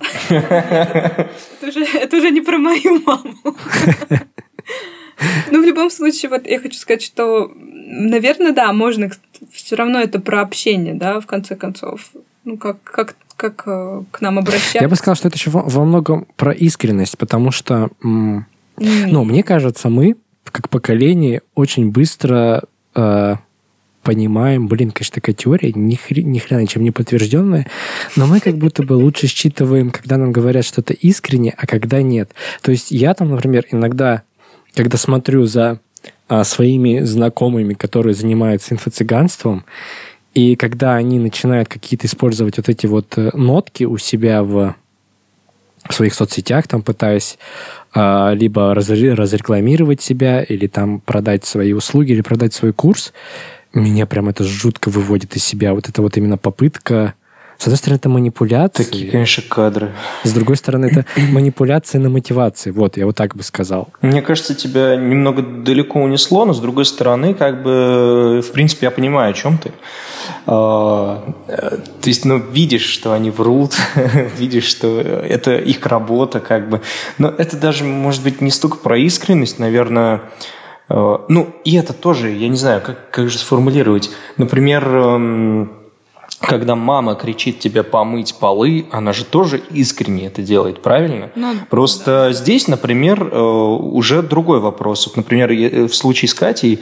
Это уже не про мою маму. Ну, в любом случае, вот я хочу сказать, что, наверное, да, можно все равно это про общение, да, в конце концов. Ну, как к нам обращаться. Я бы сказал, что это еще во многом про искренность, потому что, ну, мне кажется, мы, как поколение, очень быстро понимаем, конечно, такая теория, ни хрена ничем не подтвержденная, но мы как будто бы лучше считываем, когда нам говорят что-то искренне, а когда нет. То есть я там, например, иногда, когда смотрю за своими знакомыми, которые занимаются инфо-цыганством, и когда они начинают какие-то использовать вот эти вот нотки у себя в своих соцсетях, там пытаясь либо разрекламировать себя, или там продать свои услуги, или продать свой курс, меня прям это жутко выводит из себя. Вот это вот именно попытка... С одной стороны, это манипуляции. Такие, конечно, кадры. С другой стороны, это манипуляции на мотивации. Вот, я вот так бы сказал. Мне кажется, тебя немного далеко унесло, но с другой стороны, как бы, в принципе, я понимаю, о чем ты. То есть, ну, видишь, что они врут, видишь, что это их работа, как бы. Но это даже, может быть, не столько про искренность, наверное... Ну, и это тоже, я не знаю, как же сформулировать. Например... Когда мама кричит тебе помыть полы, она же тоже искренне это делает, правильно? Просто здесь, например, уже другой вопрос. Например, в случае с Катей,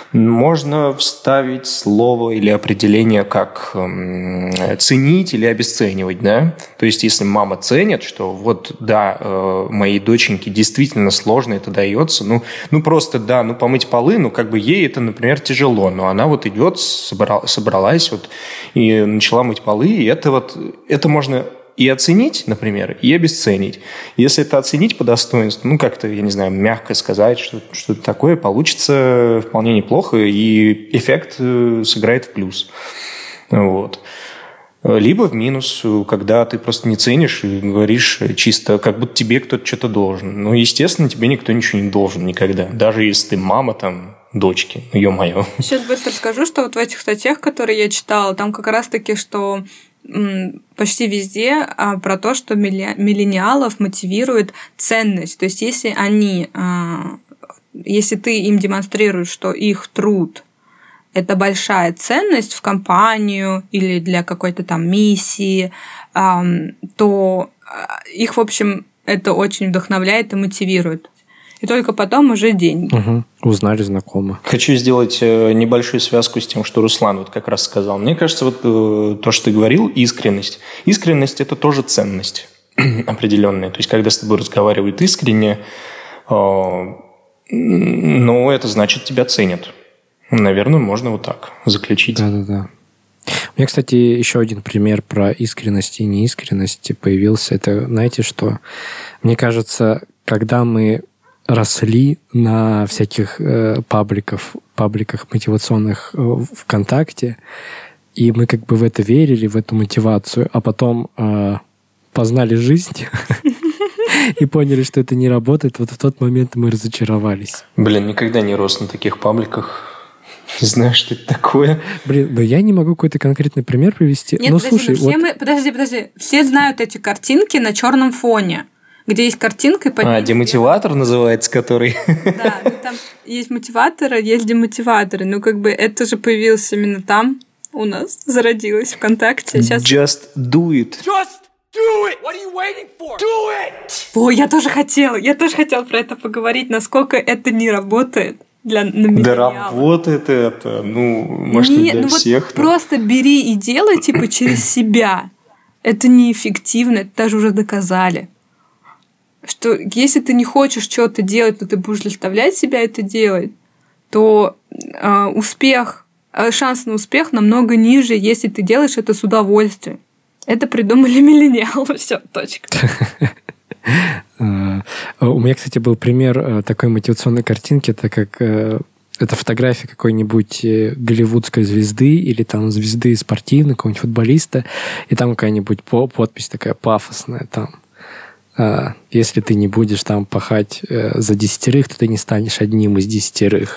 Можно вставить слово или определение как ценить или обесценивать, да? То есть, если мама ценит, что вот, да, моей доченьке действительно сложно это дается, ну просто, да, ну помыть полы, ну как бы ей это, например, тяжело, но она вот идет, собралась вот и начала мыть полы, и это можно и оценить, например, и обесценить. Если это оценить по достоинству, ну, как-то, я не знаю, мягко сказать, что-то такое, получится вполне неплохо, и эффект сыграет в плюс. Вот. Либо в минус, когда ты просто не ценишь и говоришь чисто, как будто тебе кто-то что-то должен. Ну, естественно, тебе никто ничего не должен никогда. Даже если ты мама, там, дочки, ё-моё. Сейчас быстро скажу, что вот в этих статьях, которые я читала, там как раз-таки, что почти везде про то, что миллениалов мотивирует ценность. То есть, если ты им демонстрируешь, что их труд – это большая ценность в компанию или для какой-то там миссии, то их, в общем, это очень вдохновляет и мотивирует. И только потом уже деньги. Угу. Узнали знакомых. Хочу сделать небольшую связку с тем, что Руслан вот как раз сказал. Мне кажется, вот то, что ты говорил, искренность. Искренность – это тоже ценность определенная. То есть, когда с тобой разговаривают искренне, ну, это значит, тебя ценят. Наверное, можно вот так заключить. Да-да-да. У меня, кстати, еще один пример про искренность и неискренность появился. Это, знаете, что? Мне кажется, когда мы росли на всяких пабликах мотивационных ВКонтакте, и мы как бы в это верили, в эту мотивацию, а потом познали жизнь и поняли, что это не работает, вот в тот момент мы разочаровались. Блин, никогда не рос на таких пабликах. Не знаю, что это такое. Блин, но я не могу какой-то конкретный пример привести. Нет, но подожди, слушай, подожди. Все знают эти картинки на черном фоне, где есть картинка и под ней... Демотиватор называется, который... Да, там есть мотиваторы, есть демотиваторы. Ну, как бы это же появилось именно там у нас, зародилось ВКонтакте. Сейчас... Just do it. Just do it! What are you waiting for? Do it! О, я тоже хотела про это поговорить, насколько это не работает для миллениалов. Да работает это, ну, может, не для всех. Вот просто бери и делай, типа, через себя. Это неэффективно, это даже уже доказали. Что если ты не хочешь что-то делать, но ты будешь заставлять себя это делать, то шанс на успех намного ниже, если ты делаешь это с удовольствием. Это придумали миллениалы. Все, точка. У меня, кстати, был пример такой мотивационной картинки, это как это фотография какой-нибудь голливудской звезды или там звезды спортивной, какого-нибудь футболиста, и там какая-нибудь подпись такая пафосная там. Если ты не будешь там пахать за 10, то ты не станешь одним из 10.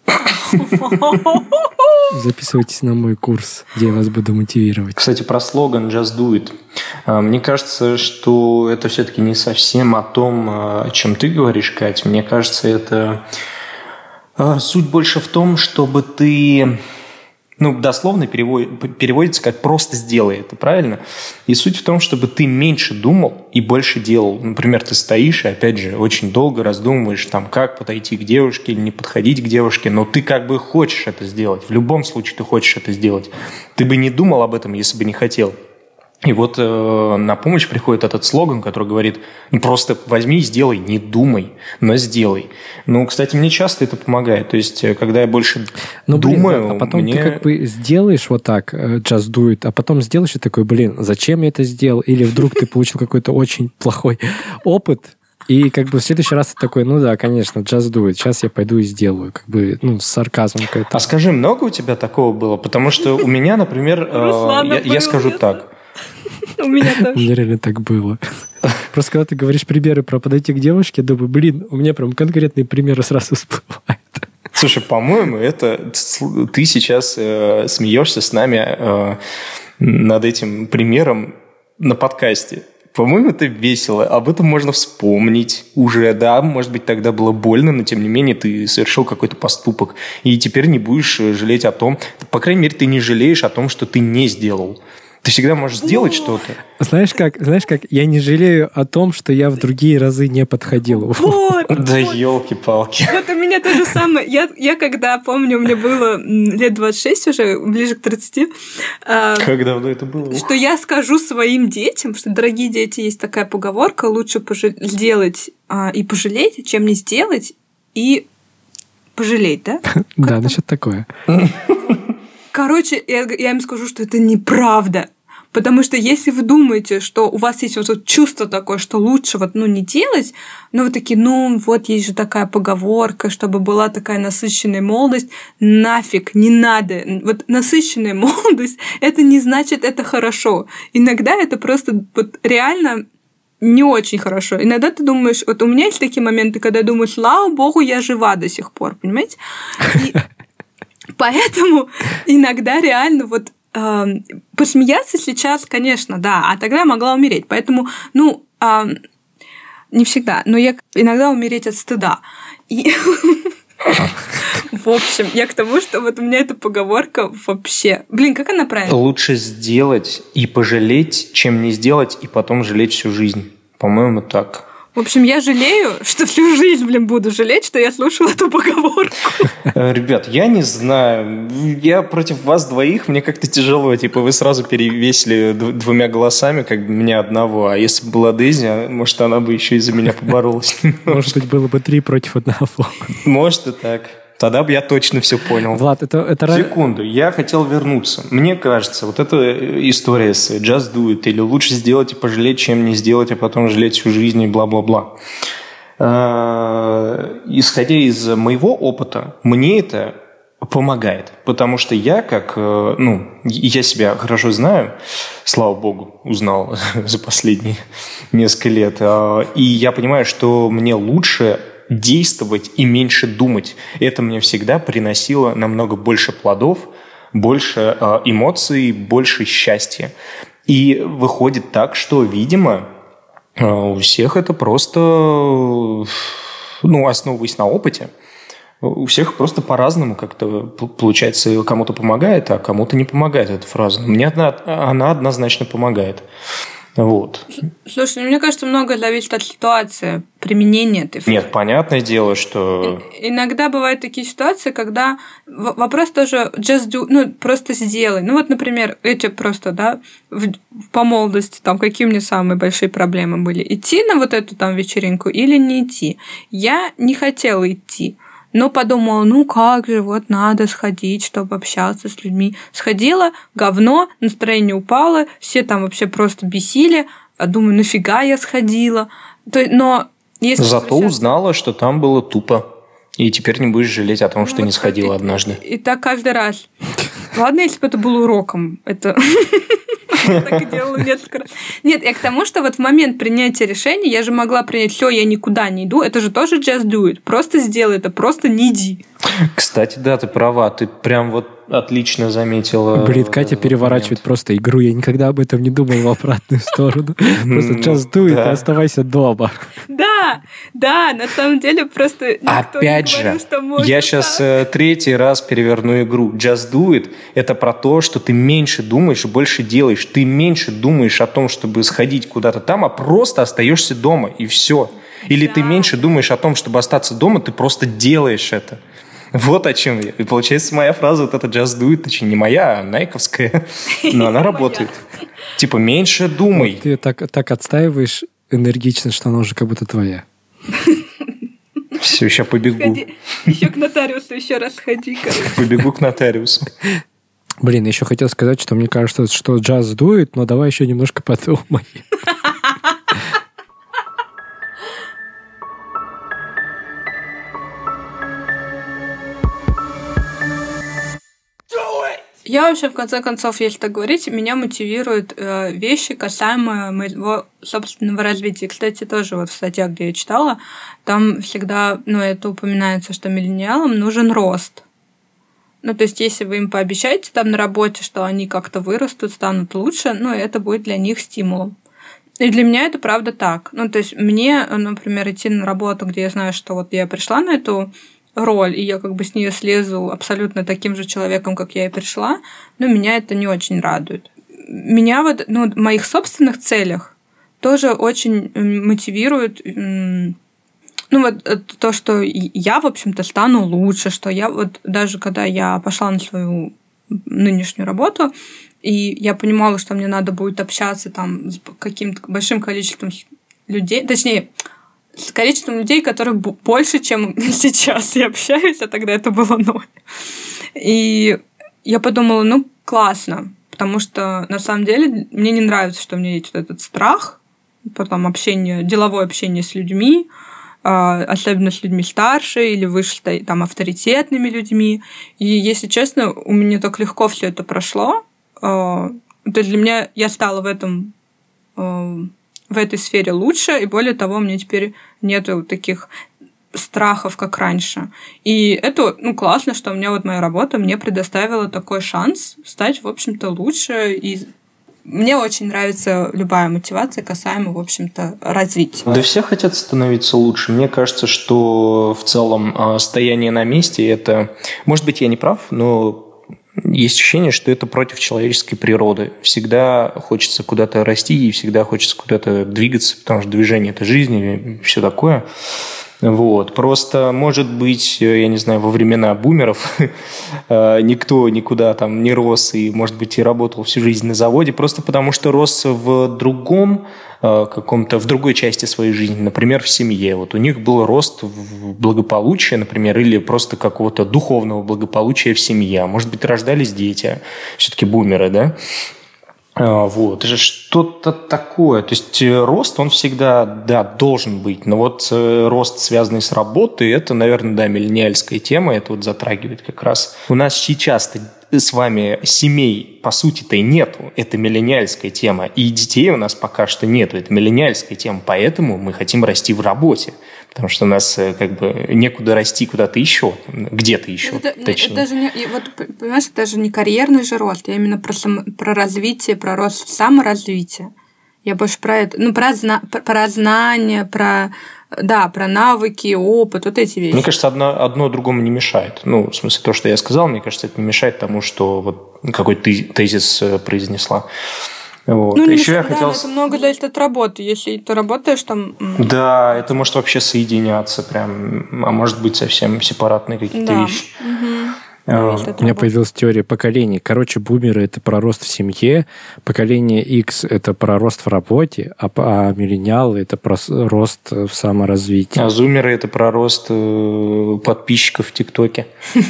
Записывайтесь на мой курс, где я вас буду мотивировать. Кстати, про слоган «Just do it». Мне кажется, что это все-таки не совсем о том, о чем ты говоришь, Кать. Мне кажется, это суть больше в том, чтобы ты... Ну, дословно переводится как «просто сделай это», правильно? И суть в том, чтобы ты меньше думал и больше делал. Например, ты стоишь и, опять же, очень долго раздумываешь, там, как подойти к девушке или не подходить к девушке, но ты как бы хочешь это сделать. В любом случае ты хочешь это сделать. Ты бы не думал об этом, если бы не хотел. И вот на помощь приходит этот слоган, который говорит, ну, просто возьми и сделай, не думай, но сделай. Ну, кстати, мне часто это помогает. То есть, когда я больше думаю... А потом ты как бы сделаешь вот так, just do it, а потом сделаешь и такой, зачем я это сделал? Или вдруг ты получил какой-то очень плохой опыт, и как бы в следующий раз ты такой, ну да, конечно, just do it, сейчас я пойду и сделаю, как бы, с сарказмом какой-то. А скажи, много у тебя такого было? Потому что у меня, например, я скажу так. У меня тоже. У меня реально так было. Просто когда ты говоришь примеры про подойти к девушке, я думаю, у меня прям конкретные примеры сразу всплывают. Слушай, по-моему, это ты сейчас смеешься с нами над этим примером на подкасте. По-моему, это весело. Об этом можно вспомнить уже. Да, может быть, тогда было больно, но, тем не менее, ты совершил какой-то поступок. И теперь не будешь жалеть о том... По крайней мере, ты не жалеешь о том, что ты не сделал. Ты всегда можешь сделать что-то. Знаешь как, я не жалею о том, что я в другие разы не подходил. Вот. Да елки-палки. Вот у меня то же самое. Я когда помню, мне было лет 26 уже, ближе к 30. Как давно это было? Что я скажу своим детям, что, дорогие дети, есть такая поговорка, лучше сделать и пожалеть, чем не сделать и пожалеть, да? Да, значит такое. Короче, я им скажу, что это неправда. Потому что если вы думаете, что у вас есть вот чувство такое, что лучше не делать, но вы такие, вот есть же такая поговорка, чтобы была такая насыщенная молодость, нафиг, не надо. Вот насыщенная молодость, это не значит, это хорошо. Иногда это просто реально не очень хорошо. Иногда ты думаешь, вот у меня есть такие моменты, когда я думаю, слава богу, я жива до сих пор, понимаете? И поэтому иногда реально посмеяться сейчас, конечно, да, а тогда я могла умереть. Поэтому, не всегда, но я иногда умереть от стыда. В общем, я к тому, что вот у меня эта поговорка вообще... Блин, как она правильно? Лучше сделать и пожалеть, чем не сделать и потом жалеть всю жизнь. По-моему, так. В общем, я жалею, что всю жизнь, буду жалеть, что я слушала эту поговорку. Ребят, я не знаю. Я против вас двоих, мне как-то тяжело. Вы сразу перевесили двумя голосами, как бы меня одного. А если бы была Дейзи, может, она бы еще и за меня поборолась. Может быть, было бы 3 против 1. Может и так. Тогда бы я точно все понял. Влад, это... Секунду, я хотел вернуться. Мне кажется, вот эта история с just do it, или лучше сделать и пожалеть, чем не сделать, а потом жалеть всю жизнь и бла-бла-бла. Исходя из моего опыта, мне это помогает. Потому что я я себя хорошо знаю, слава богу, узнал за последние несколько лет. И я понимаю, что мне лучше действовать и меньше думать. Это мне всегда приносило намного больше плодов, больше эмоций, больше счастья. И выходит так, что, видимо, у всех это просто, основываясь на опыте, у всех просто по-разному как-то получается, кому-то помогает, а кому-то не помогает эта фраза. Мне она однозначно помогает. Вот. Слушай, мне кажется, многое зависит от ситуации, применения этой фразы. Нет, понятное дело, что... Иногда бывают такие ситуации, когда вопрос тоже just do, просто сделай. Например, эти просто, да, по молодости, какие у меня самые большие проблемы были. Идти на вот эту вечеринку или не идти? Я не хотела идти. Но подумала, как же, надо сходить, чтобы общаться с людьми. Сходила, говно, настроение упало, все там вообще просто бесили. Думаю, нафига я сходила? Но если зато узнала, что там было тупо. И теперь не будешь жалеть о том, что не сходила однажды. И так каждый раз. Ладно, если бы это было уроком. Это... Я так и делала несколько раз. Нет, я к тому, что в момент принятия решения я же могла принять, все, я никуда не иду, это же тоже just do it. Просто сделай это, просто не иди. Кстати, да, ты права, ты прям отлично заметила. Блин, Катя переворачивает просто игру, я никогда об этом не думал в обратную сторону. Просто just do it и оставайся дома. Да, на самом деле просто никто опять не говорил, же, что можно я сейчас 3-й раз переверну игру. Just do it – это про то, что ты меньше думаешь, больше делаешь. Ты меньше думаешь о том, чтобы сходить куда-то там, а просто остаешься дома, и все. Или ты меньше думаешь о том, чтобы остаться дома, ты просто делаешь это. Вот о чем я. И получается, моя фраза вот эта just do it, точнее, не моя, а найковская, но она работает. Типа, меньше думай. Ты так отстаиваешь энергично, что она уже как будто твоя. Все, сейчас побегу. Еще к нотариусу еще раз сходи, короче. Побегу к нотариусу. Блин, еще хотел сказать, что мне кажется, что just do it, но давай еще немножко подумай. Я вообще, в конце концов, если так говорить, меня мотивируют вещи, касаемо моего собственного развития. Кстати, тоже в статьях, где я читала, там всегда, это упоминается, что миллениалам нужен рост. То есть, если вы им пообещаете там на работе, что они как-то вырастут, станут лучше, это будет для них стимулом. И для меня это правда так. То есть, мне, например, идти на работу, где я знаю, что я пришла на эту роль, и я с нее слезу абсолютно таким же человеком, как я и пришла, но меня это не очень радует. меня вот, в моих собственных целях тоже очень мотивирует то, что я, в общем-то, стану лучше, что я вот даже когда я пошла на свою нынешнюю работу, и я понимала, что мне надо будет общаться там с каким-то большим количеством людей, точнее, с количеством людей, которых больше, чем сейчас я общаюсь, а тогда это было 0. И я подумала, классно, потому что на самом деле мне не нравится, что у меня есть вот этот страх, потом деловое общение с людьми, особенно с людьми старше или выше там авторитетными людьми. И, если честно, у меня так легко все это прошло. То есть для меня я стала в этой сфере лучше, и более того, у меня теперь нету таких страхов, как раньше. И это, классно, что у меня вот моя работа мне предоставила такой шанс стать, в общем-то, лучше. И мне очень нравится любая мотивация касаемо, в общем-то, развития. Да все хотят становиться лучше. Мне кажется, что в целом стояние на месте – это... Может быть, я не прав, но есть ощущение, что это против человеческой природы. Всегда хочется куда-то расти и всегда хочется куда-то двигаться, потому что движение – это жизнь и все такое. Вот. Просто, может быть, я не знаю, во времена бумеров никто никуда там не рос и, может быть, и работал всю жизнь на заводе, просто потому что рос в другом в другой части своей жизни, например, в семье. Вот у них был рост в благополучия, например, или просто какого-то духовного благополучия в семье. Может быть, рождались дети, все-таки бумеры, да? Вот, это же что-то такое. То есть рост, он всегда, должен быть. Но вот рост, связанный с работой, это, наверное, миллениальская тема. Это вот затрагивает как раз. У нас сейчас с вами семей, по сути-то, и нету. Это миллениальская тема. И детей у нас пока что нету. Это миллениальская тема. Поэтому мы хотим расти в работе. Потому что у нас некуда расти куда-то еще, где-то еще, точнее. Даже понимаешь, это даже не карьерный же рост, а именно про развитие, про рост саморазвития. Я больше про это, про знания, про навыки, опыт, вот эти вещи. Мне кажется, одно другому не мешает. В смысле, то, что я сказал, мне кажется, это не мешает тому, что вот какой-то тезис произнесла. Вот. Еще я хотел... это много зависит от работы. Если ты работаешь там... Да, это может вообще соединяться прям, а может быть совсем сепаратные какие-то вещи. Угу. У меня появилась теория поколений. Короче, бумеры – это про рост в семье, поколение X – это про рост в работе, а миллениалы – это про рост в саморазвитии. А зумеры – это про рост подписчиков в ТикТоке.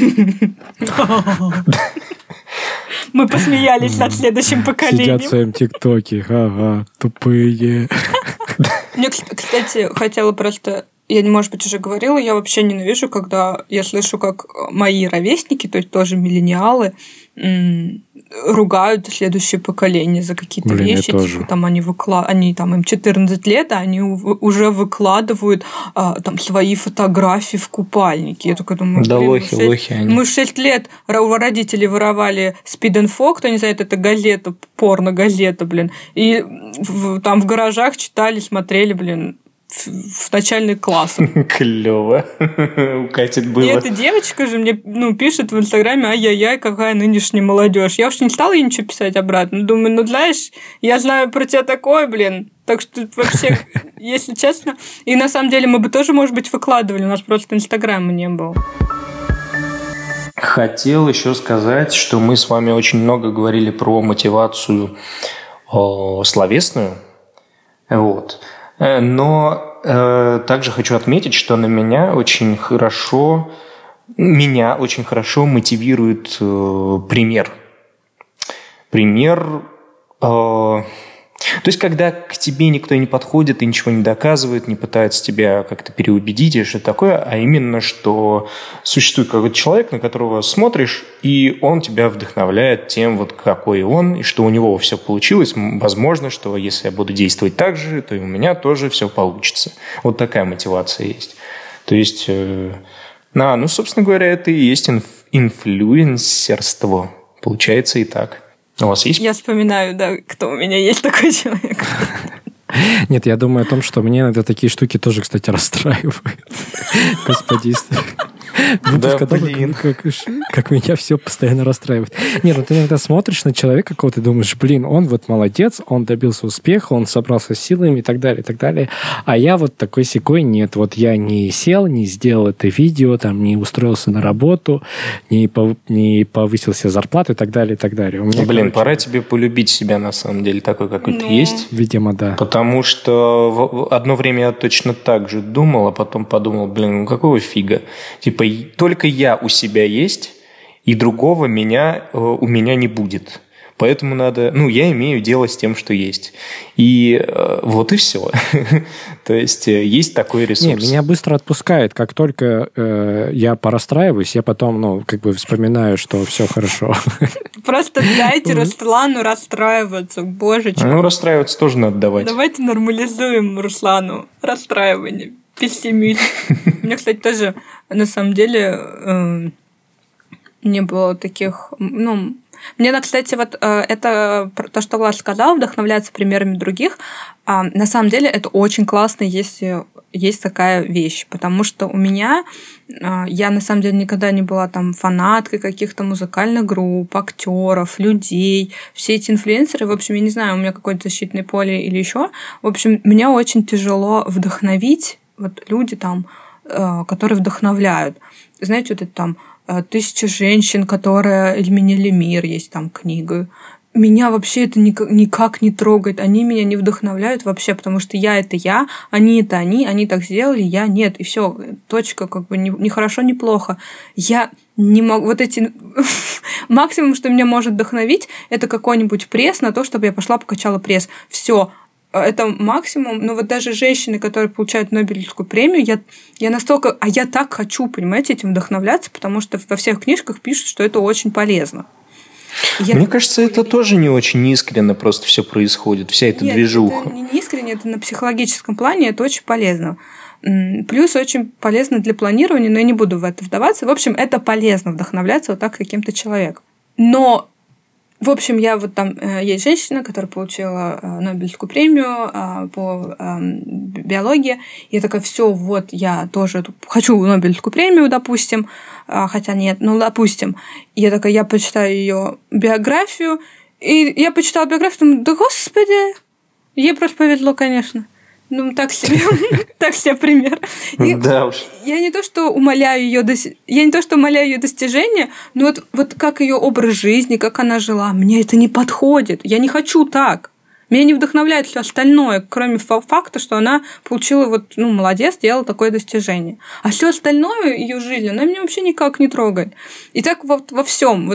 Мы посмеялись над следующим поколением. Сидят в своем ТикТоке. Ага, тупые. Мне, кстати, хотела просто... Я, может быть, уже говорила, я вообще ненавижу, когда я слышу, как мои ровесники, то есть тоже миллениалы, ругают следующее поколение за какие-то вещи. Типа, там они там им 14 лет, а они уже выкладывают там свои фотографии в купальнике. Я только думаю, лохи они. Мы 6 лет у родителей воровали Speed&Info, кто не знает, это газета, порно-газета, и там в гаражах читали, смотрели, в начальный класс. Клево. У Кати было. И эта девочка же мне пишет в Инстаграме: ай-яй-яй, какая нынешняя молодежь. Я уж не стала ей ничего писать обратно. Думаю, знаешь, я знаю про тебя такое, Так что вообще, если честно... И на самом деле мы бы тоже, может быть, выкладывали. У нас просто Инстаграма не было. Хотел еще сказать, что мы с вами очень много говорили про мотивацию словесную. Вот. Но также хочу отметить, что меня очень хорошо мотивирует пример. То есть, когда к тебе никто не подходит и ничего не доказывает, не пытается тебя как-то переубедить или что-то такое, а именно, что существует какой-то человек, на которого смотришь, и он тебя вдохновляет тем, вот какой он, и что у него все получилось. Возможно, что если я буду действовать так же, то и у меня тоже все получится. Вот такая мотивация есть. То есть, собственно говоря, это и есть инфлюенсерство. Получается и так. У вас есть? Я вспоминаю, кто у меня есть такой человек. Нет, я думаю о том, что мне иногда такие штуки тоже, кстати, расстраивают. Господи. Выпуск о том, как меня все постоянно расстраивает. Нет, ну ты иногда смотришь на человека какого-то и думаешь, блин, он вот молодец, он добился успеха, он собрался с силами и так далее, и так далее. А я вот такой-сякой нет. Вот я не сел, не сделал это видео, там, не устроился на работу, не повысил себе зарплату и так далее, и так далее. У меня, блин, пора тебе полюбить себя на самом деле такой, какой ты есть. Видимо, да. Потому что одно время я точно так же думал, а потом подумал, блин, ну какого фига? Типа, только я у себя есть, и другого у меня не будет. Поэтому надо... Ну, я имею дело с тем, что есть. И вот и все. То есть, есть такой ресурс. Не, меня быстро отпускает. Как только я порастраиваюсь, я потом, вспоминаю, что все хорошо. Просто дайте Руслану расстраиваться, божечки. Ну, расстраиваться тоже надо давать. Давайте нормализуем Руслану расстраивание, пессимизм. У меня, кстати, тоже, на самом деле, не было таких... Мне, кстати, вот это то, что Влад сказал, вдохновляться примерами других. На самом деле это очень классно, если есть такая вещь, потому что у меня, я на самом деле никогда не была там фанаткой каких-то музыкальных групп, актеров, людей, все эти инфлюенсеры, в общем, я не знаю, у меня какое-то защитное поле или еще. В общем, меня очень тяжело вдохновить вот люди там, которые вдохновляют. Знаете, вот это там 1000 женщин, которые изменили мир, есть там книга. Меня вообще это никак не трогает. Они меня не вдохновляют вообще, потому что я — это я, они — это они так сделали, я — нет. И все, точка, как бы ни хорошо, ни плохо. Я не могу... Вот эти... Максимум, что меня может вдохновить, это какой-нибудь пресс на то, чтобы я пошла покачала пресс. Все. Это максимум. Но вот даже женщины, которые получают Нобелевскую премию, я настолько... А я так хочу, понимаете, этим вдохновляться, потому что во всех книжках пишут, что это очень полезно. Мне кажется, это тоже не очень искренне просто все происходит, вся эта движуха. Это не искренне, это на психологическом плане, это очень полезно. Плюс очень полезно для планирования, но я не буду в это вдаваться. В общем, это полезно вдохновляться вот так каким-то человеком. Но в общем, я вот там... Есть женщина, которая получила Нобелевскую премию по биологии. Я такая, все, вот я тоже хочу Нобелевскую премию, допустим. Хотя нет, допустим. И я такая, я почитаю ее биографию. И я почитала биографию, думаю, да господи, ей просто повезло, конечно. Так себе пример. Да уж. Я не то, что умаляю ее достижения, но вот как ее образ жизни, как она жила, мне это не подходит. Я не хочу так. Меня не вдохновляет все остальное, кроме факта, что она получила молодец, сделала такое достижение. А все остальное ее жизнь, она меня вообще никак не трогает. И так во всем.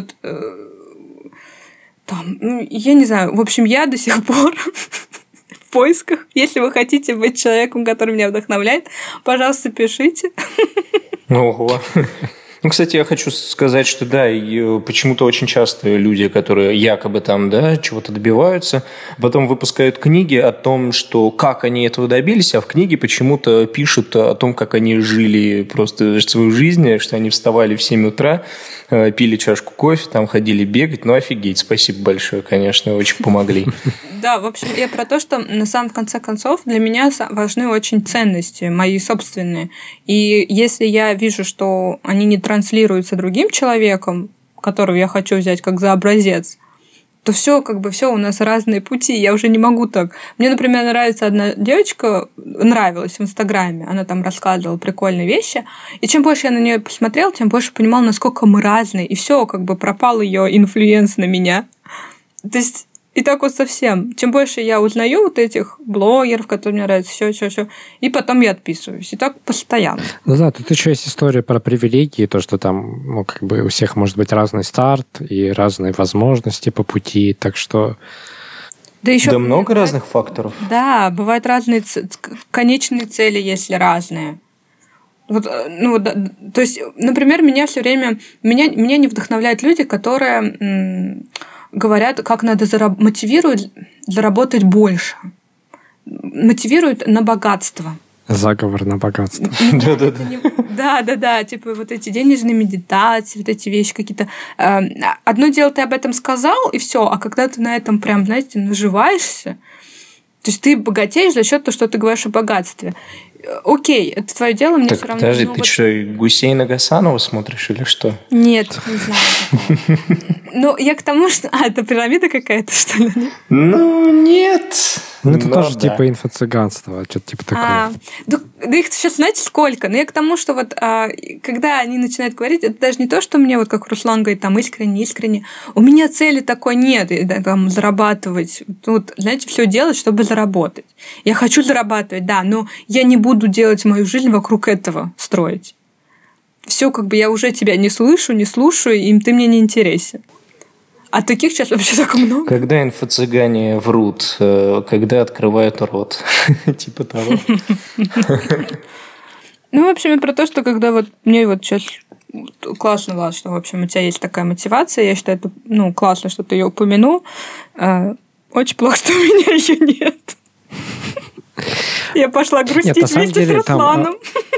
Я не знаю. В общем, я до сих пор в поисках. Если вы хотите быть человеком, который меня вдохновляет, пожалуйста, пишите. Ого. Кстати, я хочу сказать, что да, почему-то очень часто люди, которые якобы там, чего-то добиваются, потом выпускают книги о том, что как они этого добились, а в книге почему-то пишут о том, как они жили просто свою жизнь, что они вставали в 7 утра, пили чашку кофе, там ходили бегать. Офигеть, спасибо большое, конечно, очень помогли. Да, в общем, я про то, что на самом конце концов для меня важны очень ценности, мои собственные. И если я вижу, что они не транслируются другим человеком, которого я хочу взять как за образец, то все у нас разные пути, я уже не могу так. Мне, например, нравится одна девочка, нравилась в Инстаграме, она там рассказывала прикольные вещи, и чем больше я на нее посмотрела, тем больше понимала, насколько мы разные, и все, пропал ее инфлюенс на меня. То есть и так вот совсем. Чем больше я узнаю вот этих блогеров, которые мне нравятся, все, и потом я отписываюсь. И так постоянно. Тут еще есть история про привилегии, то, что там, у всех может быть разный старт и разные возможности по пути, так что... Да много разных факторов. Да, бывают разные конечные цели, если разные. То есть, например, меня все время... Меня не вдохновляют люди, которые... говорят, как надо мотивируют заработать больше. Мотивируют на богатство. Заговор на богатство. Да. Типа вот эти денежные медитации, вот эти вещи какие-то. Одно дело, ты об этом сказал, и все. А когда ты на этом прям, знаете, наживаешься, то есть ты богатеешь за счет того, что ты говоришь о богатстве. Окей, это твое дело, мне Так, все равно... подожди, ну, ты вот- что, Гусейна Гасанова смотришь или что? Нет, не знаю такого. Ну, я к тому, что... это пирамида какая-то, что ли? Ну, нет. Ну, это Но тоже да. типа инфо-цыганство, что-то типа такое. Да их сейчас знаете сколько? Но я к тому, что вот когда они начинают говорить, это даже не то, что мне, вот как Руслан говорит, там искренне. У меня цели такой нет, и, да, там, зарабатывать. Тут, знаете, все делать, чтобы заработать. Я хочу зарабатывать, да, но я не буду делать мою жизнь вокруг этого строить. Все, как бы я уже тебя не слышу, не слушаю, и ты мне не интересен. А таких сейчас вообще так много. Когда инфо-цыгане врут, когда открывают рот. Типа того. Ну, в общем, и про то, что когда вот мне вот сейчас классно, Влад, что, в общем, у тебя есть такая мотивация. Я считаю, это, ну, классно, что ты ее упомянул. Очень плохо, что у меня ее нет. Я пошла грустить на самом вместе с деле, там, Русланом.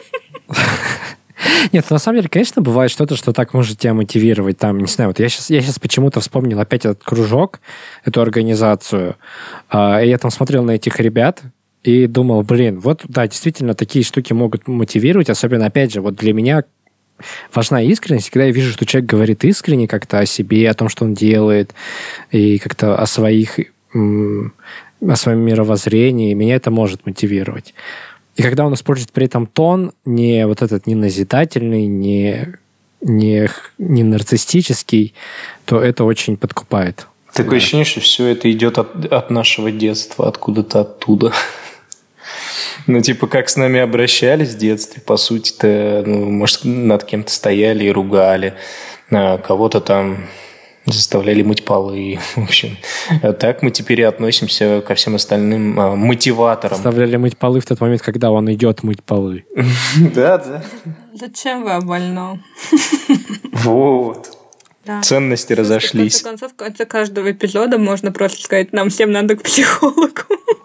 Нет, на самом деле, конечно, бывает что-то, что так может тебя мотивировать. Там, не знаю, вот я сейчас почему-то вспомнил опять этот кружок, эту организацию. И я там смотрел на этих ребят и думал, блин, вот, да, действительно, такие штуки могут мотивировать. Особенно, опять же, вот для меня важна искренность. Когда я вижу, что человек говорит искренне как-то о себе, о том, что он делает, и как-то о своем мировоззрении, меня это может мотивировать. И когда он использует при этом тон, не вот этот не назидательный, не нарциссический, то это очень подкупает. Такое ощущение, что все это идет от нашего детства, откуда-то оттуда. Ну, типа, как с нами обращались в детстве, по сути-то, ну, может, над кем-то стояли и ругали, кого-то там заставляли мыть полы. В общем, так мы теперь и относимся ко всем остальным мотиваторам. Заставляли мыть полы в тот момент, когда он идет мыть полы. Да. Зачем вы о больном? Вот. Да. Ценности разошлись. В конце концов, в конце каждого эпизода можно просто сказать, нам всем надо к психологу.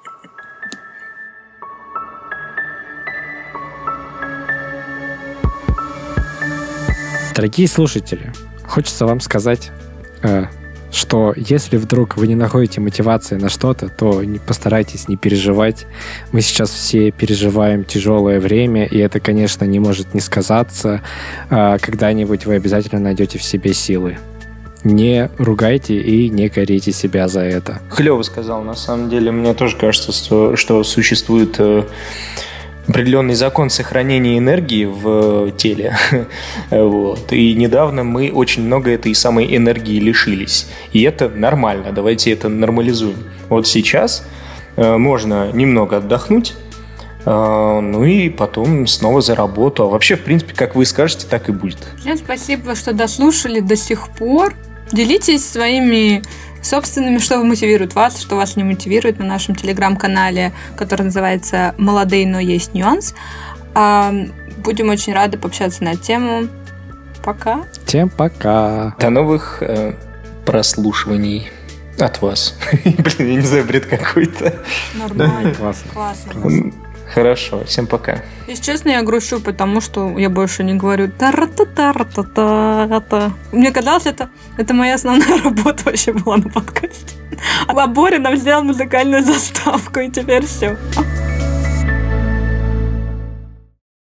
Дорогие слушатели, хочется вам сказать, что если вдруг вы не находите мотивации на что-то, то постарайтесь не переживать. Мы сейчас все переживаем тяжелое время, и это, конечно, не может не сказаться. Когда-нибудь вы обязательно найдете в себе силы. Не ругайте и не корите себя за это. Клево сказал, на самом деле. Мне тоже кажется, что существует определенный закон сохранения энергии в теле. Вот. И недавно мы очень много этой самой энергии лишились. И это нормально. Давайте это нормализуем. Вот сейчас можно немного отдохнуть, ну и потом снова за работу. А вообще, в принципе, как вы скажете, так и будет. Всем спасибо, что дослушали до сих пор. Делитесь своими собственными, что мотивирует вас, что вас не мотивирует на нашем телеграм-канале, который называется «Молодые, но есть нюанс». Будем очень рады пообщаться на эту тему. Пока. Всем пока. До новых прослушиваний от вас. Блин, я не знаю, бред какой-то. Нормально. Классно. Хорошо, всем пока. Если честно, я грущу, потому что я больше не говорю та-ра-та-та-ра-та-та-та. Мне казалось, это моя основная работа вообще была на подкасте. А Боря нам сделал музыкальную заставку, и теперь все.